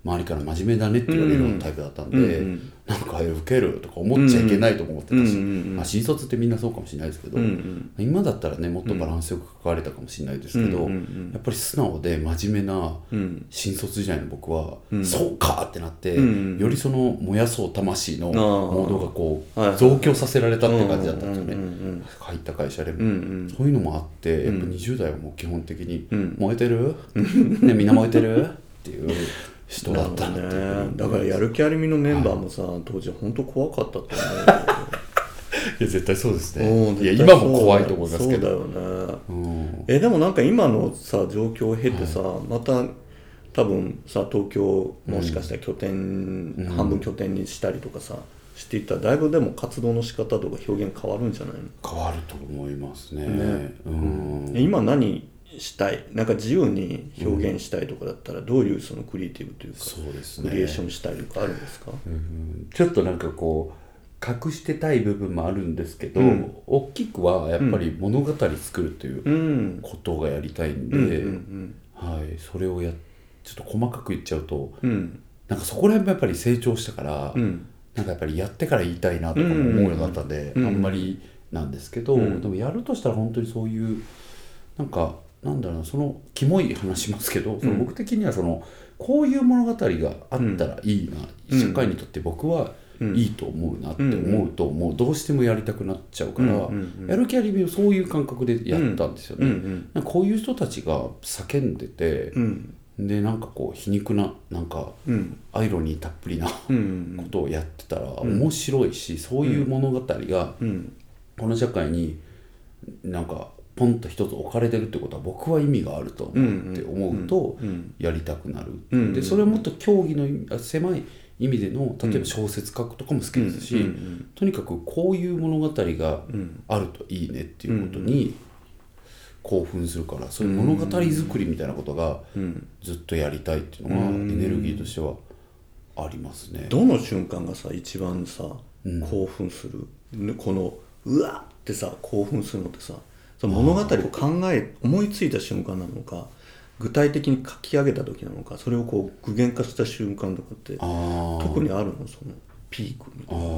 周りから真面目だねって言われるようなタイプだったんで、なんかウケるとか思っちゃいけないと思ってたし、新卒ってみんなそうかもしれないですけど、今だったらねもっとバランスよく関われたかもしれないですけど、やっぱり素直で真面目な新卒時代の僕は、そうかってなって、よりその燃やそう魂のモードがこう増強させられたって感じだったんですよね、入った会社でも、そういうのもあってやっぱ20代はもう基本的に燃えてるね、みんな燃えてるっていう人だったなっていう、 だからやる気ありみのメンバーもさ、当時本当怖かったと思ういや絶対そうですね。いや今も怖いと思いますけど。 そうだよね、でもなんか今のさ状況を経てさ、また多分さ東京もしかしたら拠点、半分拠点にしたりとかさしていったらだいぶでも活動の仕方とか表現変わるんじゃないの？ 変わると思いますね。 今何したい、なんか自由に表現したいとかだったらどういうそのクリエイティブというか、 そうですね、 クリエーションしたいとかあるんですか？ ちょっとなんかこう隠してたい部分もあるんですけど、大きくはやっぱり物語作るということがやりたいんで、はい、それをちょっと細かく言っちゃうと、なんかそこら辺もやっぱり成長したから、なんかやっぱりやってから言いたいなとかも思うようになったんで、あんまりなんですけど、でもやるとしたら本当にそういうなんかなんだろうな、そのキモい話しますけど、その僕的にはそのこういう物語があったらいいな、社会にとって僕はいいと思うなって思うと、もうどうしてもやりたくなっちゃうから、やる気ありみをそういう感覚でやったんですよね。こういう人たちが叫んでて、でなんかこう皮肉ななんかアイロニーたっぷりなことをやってたら面白いし、そういう物語がこの社会になんかポンと一つ置かれてるってことは僕は意味があると思うって思うとやりたくなる。でそれをもっと競技の狭い意味での例えば小説書くとかも好きですし、とにかくこういう物語があるといいねっていうことに興奮するから、そういう物語作りみたいなことがずっとやりたいっていうのがエネルギーとしてはありますね。 どの瞬間がさ一番さ興奮する、このうわってさ興奮するのってさ、その物語を思いついた瞬間なのか、具体的に書き上げた時なのか、それをこう具現化した瞬間とかって特にあるの？そのピークみたいな。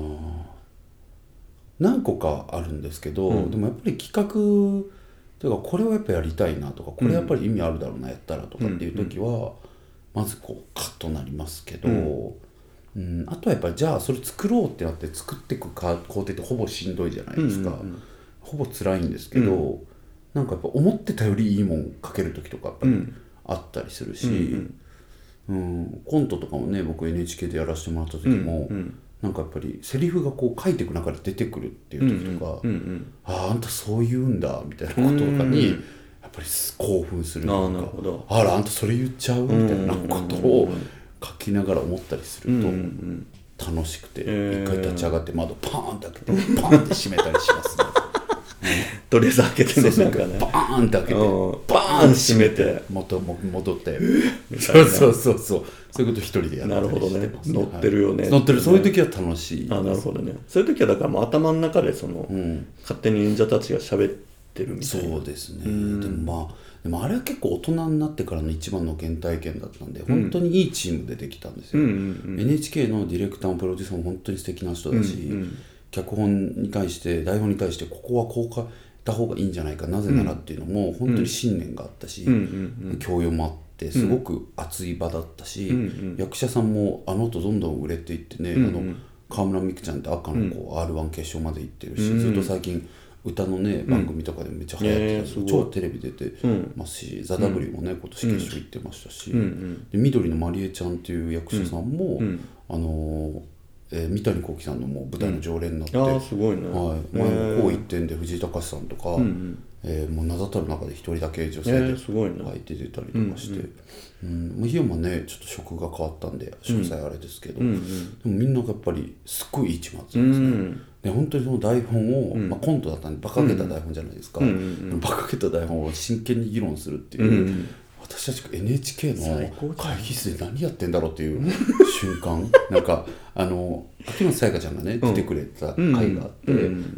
何個かあるんですけど、でもやっぱり企画というかこれはやっぱやりたいなとか、これやっぱり意味あるだろうなやったらとかっていう時はまずこうカッとなりますけど、あとはやっぱりじゃあそれ作ろうってなって作っていく工程ってほぼしんどいじゃないですか。ほぼ辛いんですけど、なんかやっぱ思ってたよりいいもん書ける時とかやっぱりあったりするし、コントとかもね僕 NHK でやらせてもらった時も、なんかやっぱりセリフがこう書いていく中で出てくるっていう時とか、あんたそう言うんだみたいなこととかにやっぱり興奮するとか、あんたそれ言っちゃうみたいなことを書きながら思ったりすると楽しくて、一回立ち上がって窓パーンって開けてパーンって閉めたりしますね。 とりあえず開けてね、なんかねバーンって開けてバーン閉めて戻ってそういうこと一人でやったりしてます。 なるほどね、乗ってるよね、 乗ってる、そういう時は楽しい。 なるほどね。そういう時はだからもう頭の中でその、勝手に演者たちが喋ってるみたいな。 そうですね。でもあれは結構大人になってからの一番の原体験だったんで、本当にいいチームでできたんですよ。NHK のディレクターもプロデューサーも本当に素敵な人だし、脚本に対して台本に対してここはこう書いた方がいいんじゃないか、なぜならっていうのも本当に信念があったし、教養もあってすごく熱い場だったし、役者さんもあの後どんどん売れていってね、川村美空ちゃんって赤の子 R1 決勝まで行ってるし、ずっと最近歌のね番組とかでめっちゃ流行ってたり、超テレビ出てますし、ザ・ W もね今年決勝行ってましたし、で緑のまりえちゃんっていう役者さんも三谷幸喜さんのもう舞台の常連になって、 すごいね、 前もこう一点で藤井隆さんとか、もう名だたる中で一人だけ女性で入って出たりとかして、檜山ねちょっと職が変わったんで詳細あれですけど、でもみんながやっぱりすっごいいいチームだったんですね。で本当にその台本を、コントだったんで馬鹿げた台本じゃないですか、馬鹿げた台本を真剣に議論するっていう、 私たち NHK の会議室で何やってんだろうっていう瞬間なんか秋元さやかちゃんがね来てくれた回があって、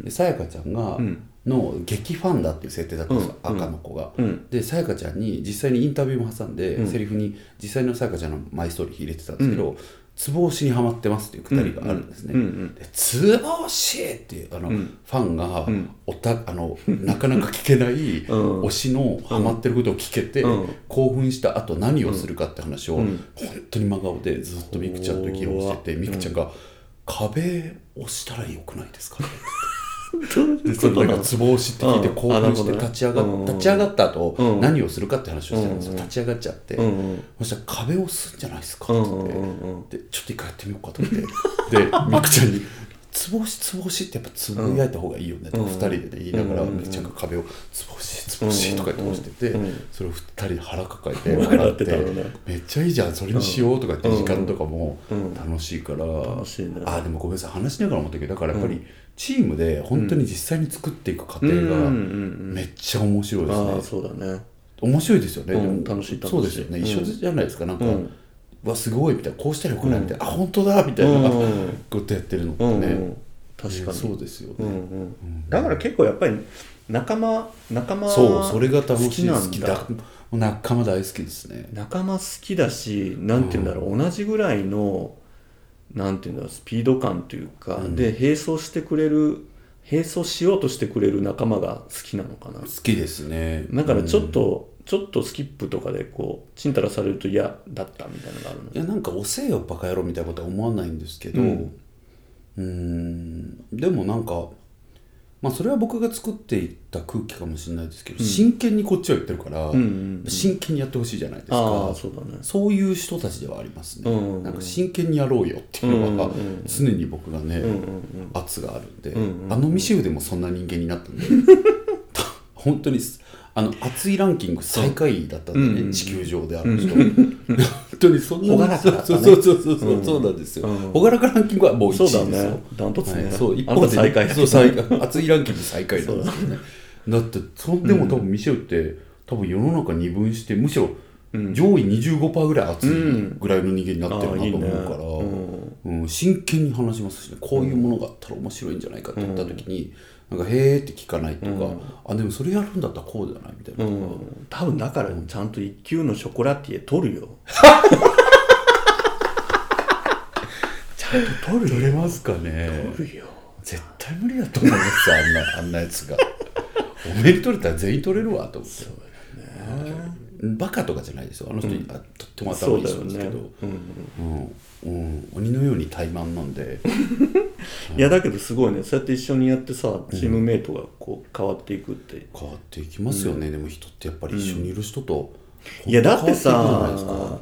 さやかちゃんが、の激ファンだっていう設定だったんですよ、赤の子が。でさやかちゃんに実際にインタビューも挟んで、セリフに実際のさやかちゃんのマイストーリー入れてたんですけど、つぼ押しにはまってますっていうくだりがあるんですね。でつぼ押しっていうファンがなかなか聞けない推しのハマってることを聞けて、興奮した後何をするかって話を本当に真顔でずっとみくちゃんと議論してて、みくちゃんが壁押したらよくないですかねでそれなんかつぼ押しって聞いて興奮して立ち上がった後、何をするかって話をしてたんですよ。立ち上がっちゃって、そしたら壁を押すんじゃないですかって言って、でちょっと一回やってみようかと思ってでみくちゃんにつぼ押しってやっぱつぶやいた方がいいよねと2人でね言いながら、みくちゃんが壁をつぼ押しとか言って押してて、それを2人で腹抱えて笑ってめっちゃいいじゃんそれにしようとかって時間とかも楽しいから、でもごめんなさい話しながら思ったけど、だからやっぱりチームで本当に実際に作っていく過程がめっちゃ面白いですね。 そうだね、 面白いですよね。でも楽しいそうですよね、一緒じゃないですか。なんかわすごいみたいな、こうしたらよくないみたいな、本当だみたいなことやってるのってね、 確かにそうですよね。 だから結構やっぱり仲間そうそれが楽しい、好きだ、仲間大好きですね。 仲間好きだし、なんていうんだろう、同じぐらいのなんていうんだろうスピード感というか、で並走しようとしてくれる仲間が好きなのかな。 好きですね。 だからちょっとスキップとかでこうちんたらされると嫌だったみたいなのがあるの。 いやなんか遅えよバカ野郎みたいなことは思わないんですけど、でもなんかそれは僕が作っていった空気かもしれないですけど、真剣にこっちは言ってるから、真剣にやってほしいじゃないですか。 そうだね、 そういう人たちではありますね。なんか真剣にやろうよっていうのは常に僕がね、圧があるんで、ミシェフでもそんな人間になったんで本当に熱いランキング最下位だったんでね、地球上である人本当にそんなほがらかだったね。 そうなんですよ。ほがらかランキングはもう1位ですよ。 ダントツね。 一方で最下位。 熱いランキング最下位なんですよね。だってでも多分ミシェルって多分世の中二分して、むしろ上位 25% ぐらい熱いぐらいの人間になってるなと思うから、真剣に話しますしね、こういうものがあったら面白いんじゃないかって言った時に、なんかへーって聞かないとか、でもそれやるんだったらこうじゃないみたいな、 多分だからちゃんと1級のショコラティエ取るよちゃんと取れますかね。 取るよ、 絶対無理だと思いますあんなやつがおめで取れたら全員取れるわと思って。そうだよね、バカとかじゃないですよ、あの人、とっても頭いい人ですけど、鬼のように怠慢なんでいやだけどすごいね、そうやって一緒にやってさ、チームメイトがこう変わっていくって、 変わっていきますよね。でも人ってやっぱり一緒にいる人と、 いやだってさ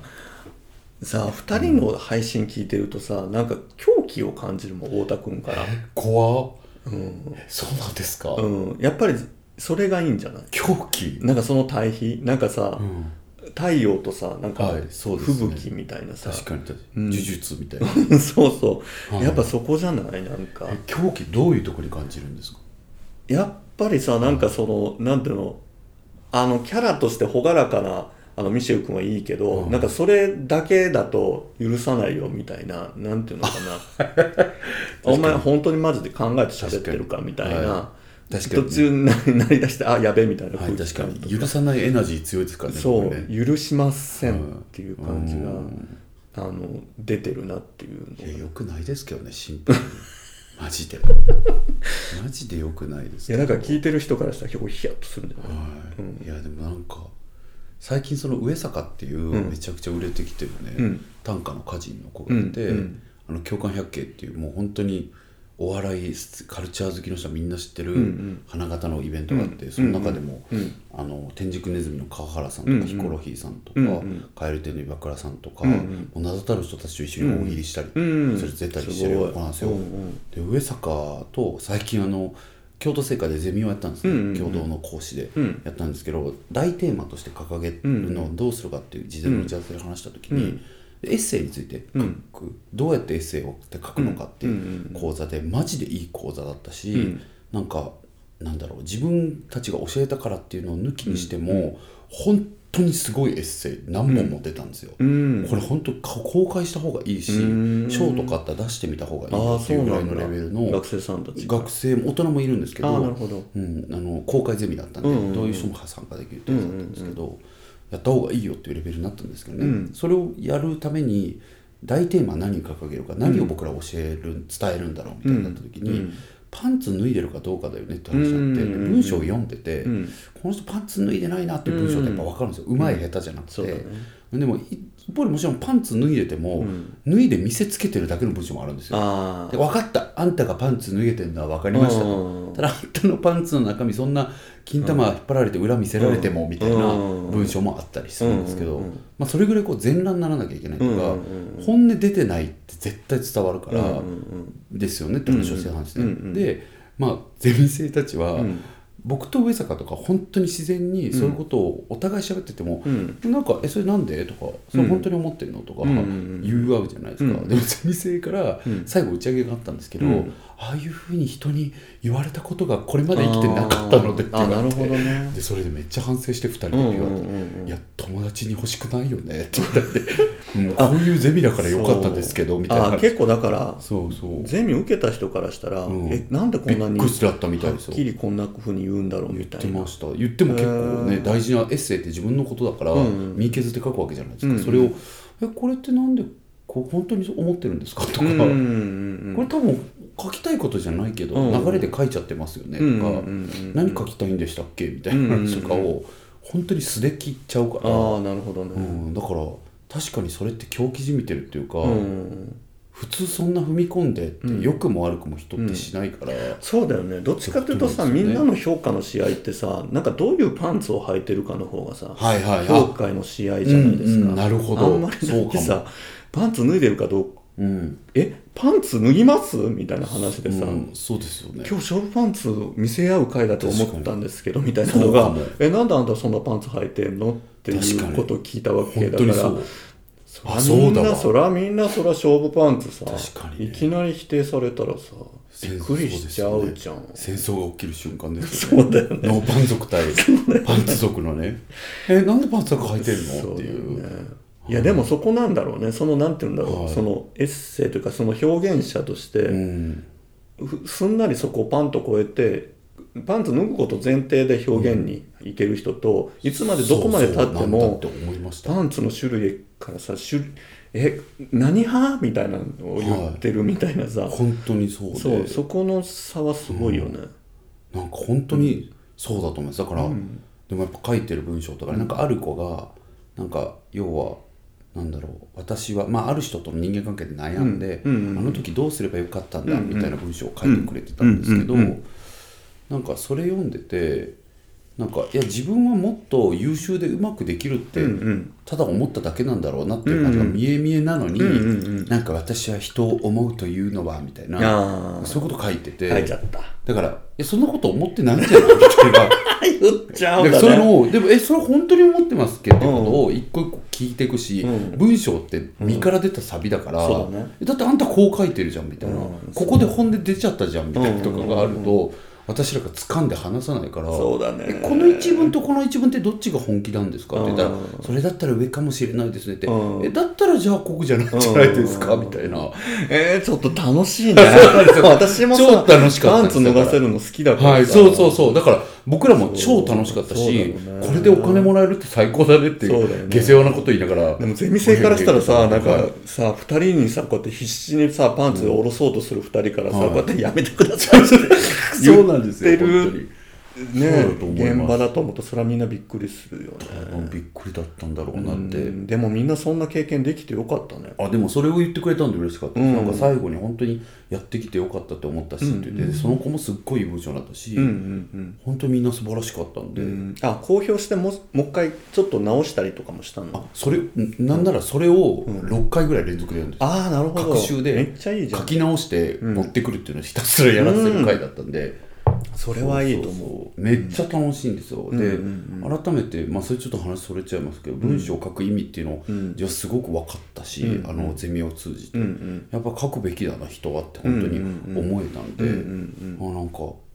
2人の配信聞いてるとさ、なんか狂気を感じるもん、太田君から。 怖っ、そうなんですか。 やっぱりそれがいいんじゃない？ 狂気なんかその対比、なんかさ、太陽とさ、なんか吹雪みたいなさ、 確かに呪術みたいなそうそう、やっぱそこじゃない？なんか狂気どういうところに感じるんですか？ やっぱりさ、なんかそのなんていうの、キャラとして朗らかなミシェル君はいいけど、なんかそれだけだと許さないよみたいな、なんていうのかなお前本当にマジで考えて喋ってるかみたいな、途中になりだしてやべえみたいな空気感とか、 確かに許さないエナジー強いですからね。 そう、許しませんっていう感じが出てるなっていうの。 いやよくないですけどね、シンプルにマジでマジでよくないですけど。 いやだから聞いてる人からしたら結構ヒヤッとするんじゃない？ いやでもなんか最近その上坂っていうめちゃくちゃ売れてきてるね、短歌の歌人の子がいて、共感百景っていうもう本当にお笑いカルチャー好きの人はみんな知ってる花形のイベントがあって、その中でも天竺ネズミの川原さんとかヒコロヒーさんとか蛙亭の岩倉さんとか名だたる人たちと一緒に大喜利したりそれ出たりしてる子なんですよ。で上坂と最近京都精華でゼミをやったんですね、共同の講師でやったんですけど、大テーマとして掲げるのをどうするかっていう事前の打ち合わせで話した時に、エッセイについて書く、どうやってエッセイをって書くのかっていう講座でマジでいい講座だったし、なんだろう、自分たちが教えたからっていうのを抜きにしても、本当にすごいエッセイ何本も出たんですよ、これ本当公開した方がいいし、賞とかあったら出してみた方がいいよっていうぐらいのレベルの学生さんたち、 学生も大人もいるんですけど、 なるほど、 公開ゼミだったんで、どういう人も参加できるってやつだったんですけど、やった方がいいよっていうレベルになったんですけどね、それをやるために大テーマ何を掲げるか、何を僕ら教える伝えるんだろうみたいになった時に、パンツ脱いでるかどうかだよねって話になって、文章を読んでて、この人パンツ脱いでないなっていう文章ってやっぱ分かるんですよ、うまい下手じゃなくて、でも一方でもちろんパンツ脱いでても、脱いで見せつけてるだけの文章もあるんですよ。で分かった、あんたがパンツ脱げてるのは分かりましたと、ただあんたのパンツの中身そんな金玉引っ張られて裏見せられてもみたいな文章もあったりするんですけど、それぐらいこう全裸にならなきゃいけないとか、本音出てないって絶対伝わるからですよねって話をしてたんですね。でゼミ生たちは、僕と上坂とか本当に自然にそういうことをお互い喋ってても、なんかそれなんでとか、それ本当に思ってるのとか言うわけじゃないですか。でもゼミ生から最後打ち上げがあったんですけど、ああいうふうに人に言われたことがこれまで生きてなかったのでって言われて、でそれでめっちゃ反省して2人で言われて、いや友達に欲しくないよねって言ってこういうゼミだからよかったですけどみたいな。 結構だからゼミ受けた人からしたら、なんでこんなにはっきりこんなふうに言うんだろうみたいな。 言ってました。言っても結構ね、大事なエッセイって自分のことだから身削って書くわけじゃないですか。それをこれってなんで本当に思ってるんですかとか、これ多分書きたいことじゃないけど流れで書いちゃってますよねとか、何書きたいんでしたっけみたいな話とかを本当に素で切っちゃうから。 なるほどね。 だから確かにそれって狂気じみてるっていうか、普通そんな踏み込んでって良くも悪くも人ってしないから、 そうだよね。どっちかっていうとさ、みんなの評価の試合ってさ、なんかどういうパンツを履いてるかの方がさ、評価の試合じゃないですか。 なるほど。 あんまりだってさ、パンツ脱いでるかどうか、パンツ脱ぎますみたいな話でさ、 そうですよね。 今日勝負パンツ見せ合う回だと思ったんですけどみたいなのが、なんであんたそんなパンツ履いてんのっていうことを聞いたわけだから、みんな勝負パンツさ、いきなり否定されたらさ、びっくりしちゃうじゃん。 戦争が起きる瞬間ですよね。 そうだよね。 ノーパン族対パンツ族のね。なんでパンツ族履いてるのっていう。 いやでもそこなんだろうね。そのなんていうんだろう、そのエッセイというかその表現者として、すんなりそこをパンと越えてパンツ脱ぐこと前提で表現にいける人と、いつまでどこまで経ってもパンツの種類からさ、何派みたいなのを言ってるみたいなさ、 本当にそうで、 そこの差はすごいよね。 なんか本当にそうだと思います。だから、でもやっぱ書いてる文章とかなんかある子がなんか要はなんだろう、私はある人との人間関係で悩んで、あの時どうすればよかったんだみたいな文章を書いてくれてたんですけど、なんかそれ読んでて、なんかいや自分はもっと優秀でうまくできるってただ思っただけなんだろうなっていう感じが見え見えなのに、なんか私は人を思うというのはみたいな、そういうこと書いてて、 書いちゃった。 だからそんなこと思ってないんじゃないみたいな言っちゃうんだね。 それをでもそれ本当に思ってますっけってことを一個一個聞いていくし、文章って身から出たサビだから、だってあんたこう書いてるじゃんみたいな、ここで本で出ちゃったじゃんみたいなとかがあると、私らが掴んで話さないから、 そうだね、 この一文とこの一文ってどっちが本気なんですかって言ったら、それだったら上かもしれないですねって、だったらじゃあここじゃないんじゃないですかみたいな。 ちょっと楽しいね。私もさ、 超楽しかったパンツ脱がせるの好きだからさ、 そうだから僕らも超楽しかったし、これでお金もらえるって最高だねっていう下世話なこと言いながら。 でもゼミ生からしたらさ、なんかさ、2人にさこうやって必死にさパンツを下ろそうとする2人からさ、こうやってやめてくださいってそうなんですよ、本当にね、現場だと思うとそれはみんなびっくりするよね。 びっくりだったんだろうなって。 でもみんなそんな経験できてよかったね。 でもそれを言ってくれたんで嬉しかったです。なんか最後に本当にやってきてよかったって思ったしって言って、その子もすっごいいい文章だったし、本当にみんな素晴らしかったんで、 公表してもう一回ちょっと直したりとかもしたの。 それなんならそれを6回ぐらい連続でやるんですよ。 なるほど。 各週でめっちゃいいじゃん。 書き直して持ってくるっていうのをひたすらやらせる回だったんで、 それはいいと思う。めっちゃ楽しいんですよ。で、改めてそれちょっと話それちゃいますけど、文章を書く意味っていうのをじゃあすごく分かったし、ゼミを通じてやっぱ書くべきだな人はって本当に思えたんで、なんか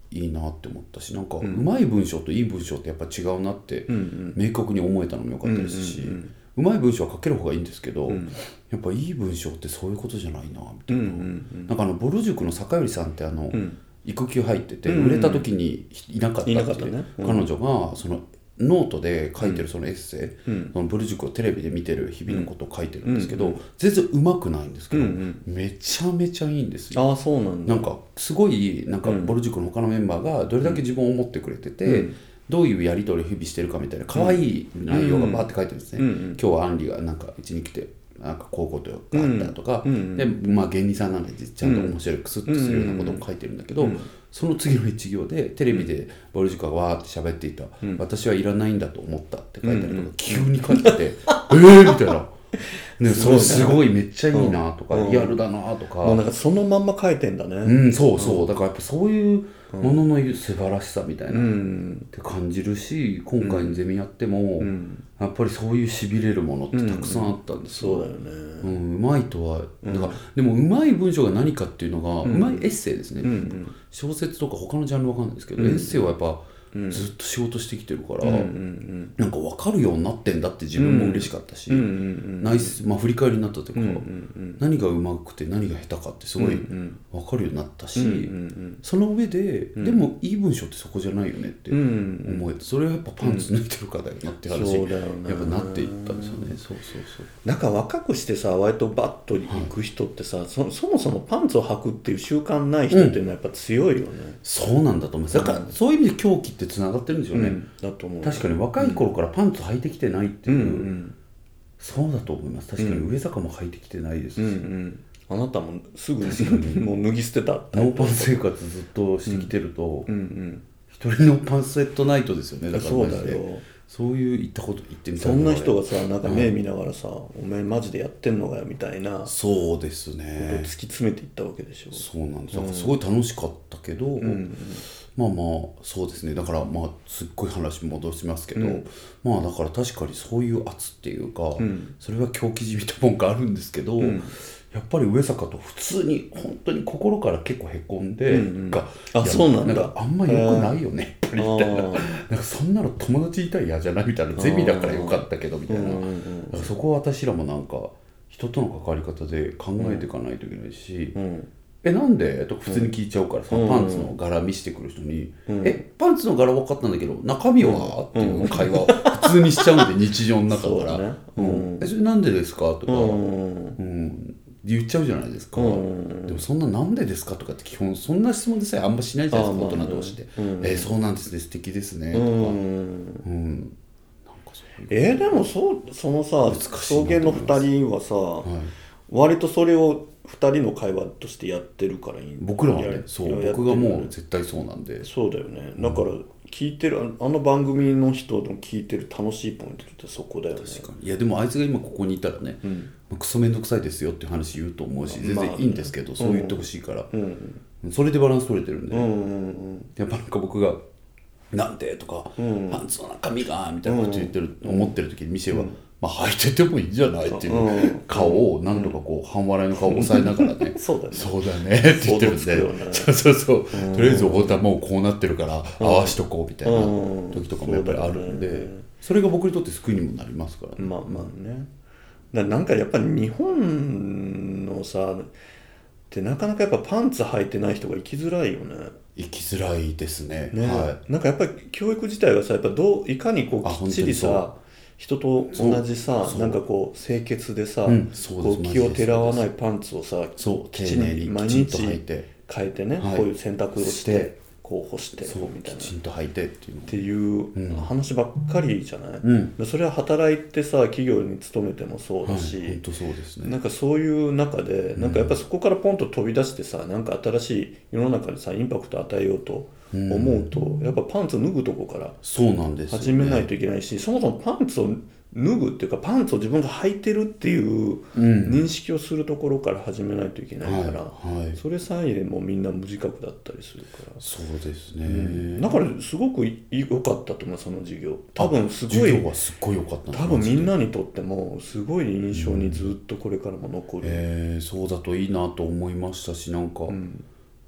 いいなって思ったし、なんかうまい文章といい文章ってやっぱ違うなって明確に思えたのも良かったですし、うまい文章は書ける方がいいんですけど、やっぱいい文章ってそういうことじゃないなみたいな、なんかぼる塾の坂寄さんって育休入ってて売れた時にいなかったっていう、彼女がそのノートで書いてるそのエッセイ、そのブル塾をテレビで見てる日々のことを書いてるんですけど、全然うまくないんですけど、めちゃめちゃいいんですよ。 あ、そうなんだ。 なんかすごいなんかボル塾の他のメンバーがどれだけ自分を思ってくれてて、どういうやり取りを日々してるかみたいな可愛い内容がバーって書いてるんですね。今日はアンリがなんかうちに来てなんかこういうことがあったとか、でまあ芸人さんなんでちゃんと面白いクスッとするようなことも書いてるんだけど、その次の一行でテレビでボル塾がわーって喋っていた、私はいらないんだと思ったって書いてあるとか急に書いててみたいな。ね、それすごいめっちゃいいなとか、リアルだなとか、 もうなんかそのまんま書いてんだね。 そうそう、だからやっぱそういうものの素晴らしさみたいなって感じるし、今回のゼミやってもやっぱりそういうしびれるものってたくさんあったんですよ。 そうだよね。 うまいとはだからでもうまい文章が何かっていうのが、うまいエッセイですね。小説とか他のジャンルわかんないですけど、エッセイはやっぱずっと仕事してきてるから、なんか分かるようになってんだって自分も嬉しかったし、まあ振り返りになったというか、何がうまくて何が下手かってすごい分かるようになったし、その上で、でもいい文章ってそこじゃないよねって思えて、それはやっぱパンツ抜いてるかだよなって話、やっぱなっていったんですよね。そうそうそう。 なんか若くしてさ割とバッといく人ってさ、そもそもパンツを履くっていう習慣ない人っていうのはやっぱ強いよね。 そうなんだと思います。だからそういう意味で狂気ってつながってるんですよね。 だと思う。 確かに若い頃からパンツ履いてきてないっていう、そうだと思います。確かに上坂も履いてきてないですし、 あなたもすぐもう脱ぎ捨てたノーパン生活ずっとしてきてると、一人のパンスウェットナイトですよね。だからマジでそういう言ったこと言ってみたいな。 そんな人がさなんか目見ながらさ、お前マジでやってんのかよみたいな、 そうですね、 突き詰めていったわけでしょ。 そうなんですよ。すごい楽しかったけど、まあまあそうですね。だからまあすっごい話戻しますけど、まあだから確かにそういう圧っていうか、それは狂気じみたもんがあるんですけど、やっぱり上坂と普通に本当に心から結構へこんで、 そうなんだ。 なんかあんま良くないよねやっぱりみたいな、なんかそんなの友達いたら嫌じゃないみたいな、ゼミだからよかったけどみたいな、だからそこは私らもなんか人との関わり方で考えていかないといけないし、なんでと普通に聞いちゃうからさ、パンツの柄見せてくる人に、パンツの柄分かったんだけど中身は、っていう会話を普通にしちゃうんで日常の中から、それなんでですかとか、言っちゃうじゃないですか。でもそんななんでですかとかって基本そんな質問でさえあんましないじゃないですか、大人同士で。そうなんですね、素敵ですねとか、 でもそのさ草原の2人はさ、割とそれを2人の会話としてやってるからいい。 僕らはね、そう僕がもう絶対そうなんで。 そうだよね。だから聞いてるあの番組の人の聞いてる楽しいポイントってそこだよね。 確かに。いやでもあいつが今ここにいたらね、クソめんどくさいですよっていう話言うと思うし、全然いいんですけど、そう言ってほしいから、それでバランス取れてるんで、やっぱなんか僕がなんでとか、パンツの中身がみたいなこと言ってる、思ってる時にミシェは、まあ履いててもいいんじゃないっていう顔を何度かこう半笑いの顔を抑えながらねそうだねって言ってるんで、そうとりあえず太田もうこうなってるから合わしとこうみたいな時とかもやっぱりあるんで、それが僕にとって救いにもなりますからね。 まあまあね。なんかやっぱり日本のさってなかなかやっぱパンツ履いてない人が生きづらいよね。 生きづらいですね。 なんかやっぱり教育自体がさやっぱいかにこうきっちりさ人と同じさなんかこう清潔でさ、こう気をてらわないパンツをさきちんと毎日変えてね、こういう洗濯をしてこう干してみたいな、 きちんと履いてっていう話ばっかりじゃない、それは働いてさ企業に勤めてもそうだし、 本当そうですね。 なんかそういう中でなんかやっぱそこからポンと飛び出してさなんか新しい世の中にさインパクトを与えようと思うと、やっぱパンツを脱ぐとこから始めないといけないし、そもそもパンツを脱ぐっていうかパンツを自分が履いてるっていう認識をするところから始めないといけないから、それさえもみんな無自覚だったりするから。 そうですね、 だからすごく良かったと思う、その授業。多分すごい授業はすっごい良かった。 多分みんなにとってもすごい印象にずっとこれからも残る、 そうだといいなと思いましたし、なんか、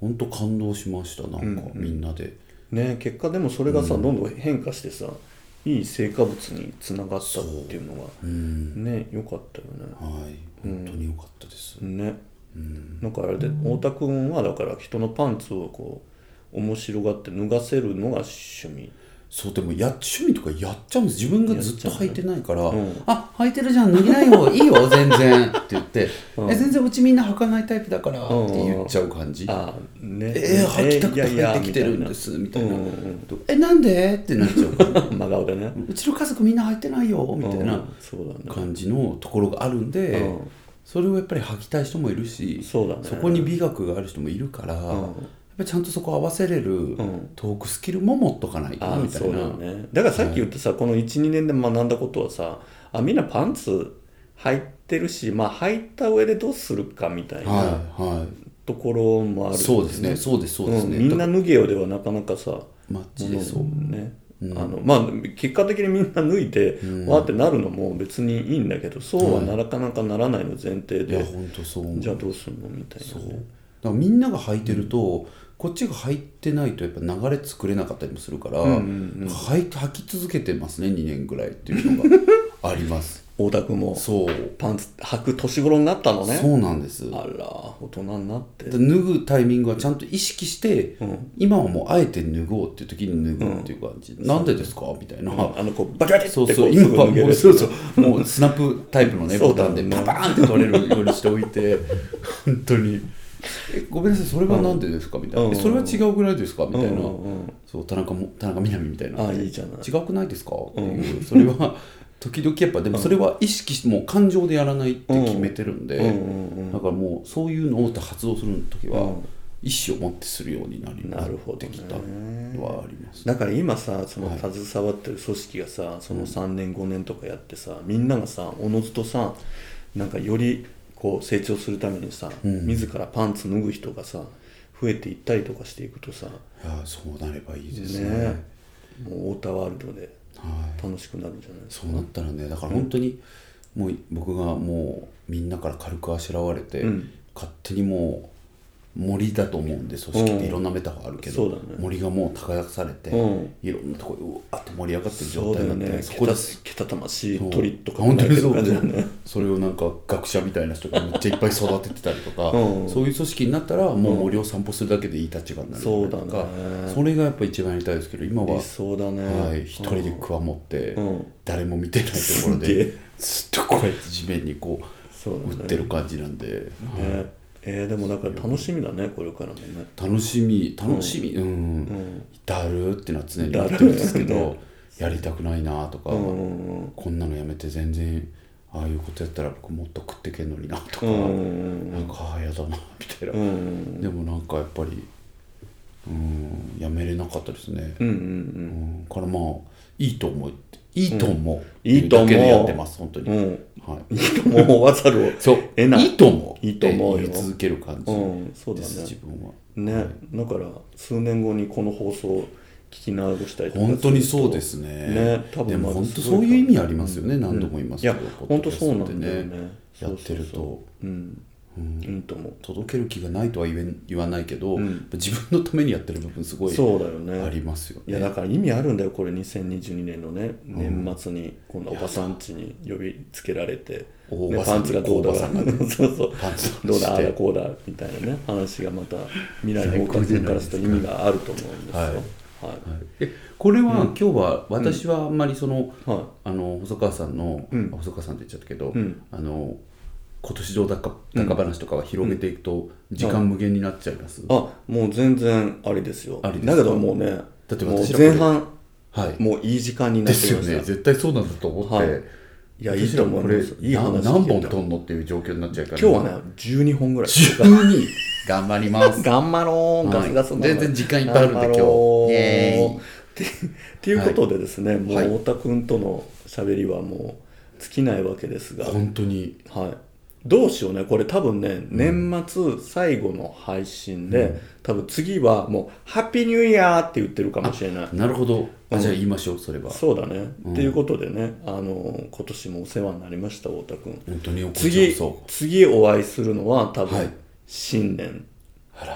本当感動しました。なんかみんなで、 ね、結果でもそれがさ、どんどん変化してさ、いい成果物につながったっていうのがね、良かったよね。 はい、本当に良かったです、 ね。なんかあれで太田君はだから人のパンツをこう面白がって脱がせるのが趣味。 そうでも趣味とかやっちゃうんです。自分がずっと履いてないから、あ、履いてるじゃん、脱ぎないよ、いいよ全然って言って、全然うちみんな履かないタイプだからって言っちゃう感じ。履きたくて履いてきてるんですみたいな、なんでってなっちゃうから真顔でね、 うちの家族みんな履いてないよみたいな感じのところがあるんで、それをやっぱり履きたい人もいるし、そこに美学がある人もいるから、やっぱりちゃんとそこ合わせれるトークスキルも持っとかないとなみたいな。 そうだね。だからさっき言ってさ、この 1,2 年で学んだことはさ、みんなパンツ履いてるし、履いた上でどうするかみたいなところもある、ね。 そうですね、そうですね、 みんな脱げよではなかなかさ、 マッチでそうね。結果的にみんな脱いで、わーってなるのも別にいいんだけど、そうはなかなかならないの前提で、じゃあどうするのみたいな、ね。 だからみんなが履いてると、こっちが履いてないとやっぱ流れ作れなかったりもするから、履き続けてますね、2年ぐらいっていうのがあります。 太田君もそうパンツ履く年頃になったのね。 そうなんです。 あら、大人になって脱ぐタイミングはちゃんと意識して、今はもうあえて脱ごうっていう時に脱ぐっていう感じ、なんでですかみたいな、 こうバキバキってこう今はもうもうスナップタイプのねボタンでパパーンって取れるようにしておいて本当にごめんなさい、それはなんでですかみたいな、それは違うぐらいですかみたいな、そう田中みな実みたいな、 いいじゃない、 違くないですかっていう、それは時々やっぱでもそれは意識してもう感情でやらないって決めてるんで、だからもうそういうのを発動する時は意思を持ってするようになってきたのはあります。 だから今さ、その携わってる組織がさ、その3年5年とかやってさ、みんながさおのずとさ、なんかよりこう成長するためにさ、自らパンツ脱ぐ人がさ増えていったりとかしていくとさ、 いやそうなればいいですね。 もう太田ワールドで楽しくなるんじゃないですか。 そうなったらね、だから本当にもう僕がもうみんなから軽くあしらわれて、勝手にもう森だと思うんで、組織っていろんなメタファーあるけど、森がもう耕されて、いろんなところでうわって盛り上がってる状態になって、 そこでけたたましい鳥とか本当にそう感じだね。それをなんか学者みたいな人がめっちゃいっぱい育ててたりとか、そういう組織になったらもう森を散歩するだけでいい立場になるとか、それがやっぱ一番やりたいですけど、今は一人でくわ持って誰も見てないところでずっとこうやって地面にこう打ってる感じなんで。 でもだから楽しみだね、これからもね。 楽しみ、だるってのは常に言ってるんですけど、やりたくないなとか、こんなのやめて全然ああいうことやったら僕もっと食ってけんのになとか、なんかやだなみたいな、でもなんかやっぱりやめれなかったですね。からまあいいと思ういいと思うだけでやってます本当に。 いいと思わざるを得ない。いいと思う。 いいと思うよ。 言い続ける感じそうだね。 自分はね、だから数年後にこの放送を聞き直したりとか。 本当にそうですね。 多分でも本当そういう意味ありますよね。何度も言いますけど。 いや本当そうなんだよね。 やってると。 いいと思う。 届ける気がないとは言わないけど、自分のためにやってる部分すごいありますよね。 いやだから意味あるんだよ、これ2022年のね、年末に今度おばさん家に呼びつけられて、パンツがどうだどうだああだこうだみたいなね話がまた未来の太田君からすると意味があると思うんですよ。 これは今日は私はあんまりその細川さんの細川さんって言っちゃったけど、今年どうだか話とかは広げていくと時間無限になっちゃいます。 もう全然ありですよ。だけどもうね、 だって私前半もういい時間になってきました。 ですよね。絶対そうなんだと思って。いやいいと思う。これいい話何本取んのっていう状況になっちゃうから。 今日はね12本ぐらい。 12頑張ります。 頑張ろう。ガスガス。 全然時間いっぱいあるんで今日。イエーイ。 っていうことでですね、もう太田君との喋りはもう尽きないわけですが。 本当に。 どうしようね、これ多分ね、年末最後の配信で、多分次はもうハッピーニューイヤーって言ってるかもしれない。 なるほど。じゃあ言いましょう、それは。 そうだね。っていうことでね、今年もお世話になりました、太田君。 本当に次お会いするのは多分新年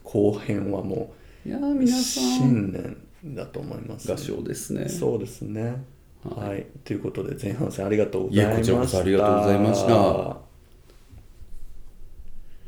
後編はもういや皆さん新年だと思います、 合唱ですね。 そうですね、はい、ということで前半戦ありがとうございました。 いやこちらこそありがとうございました。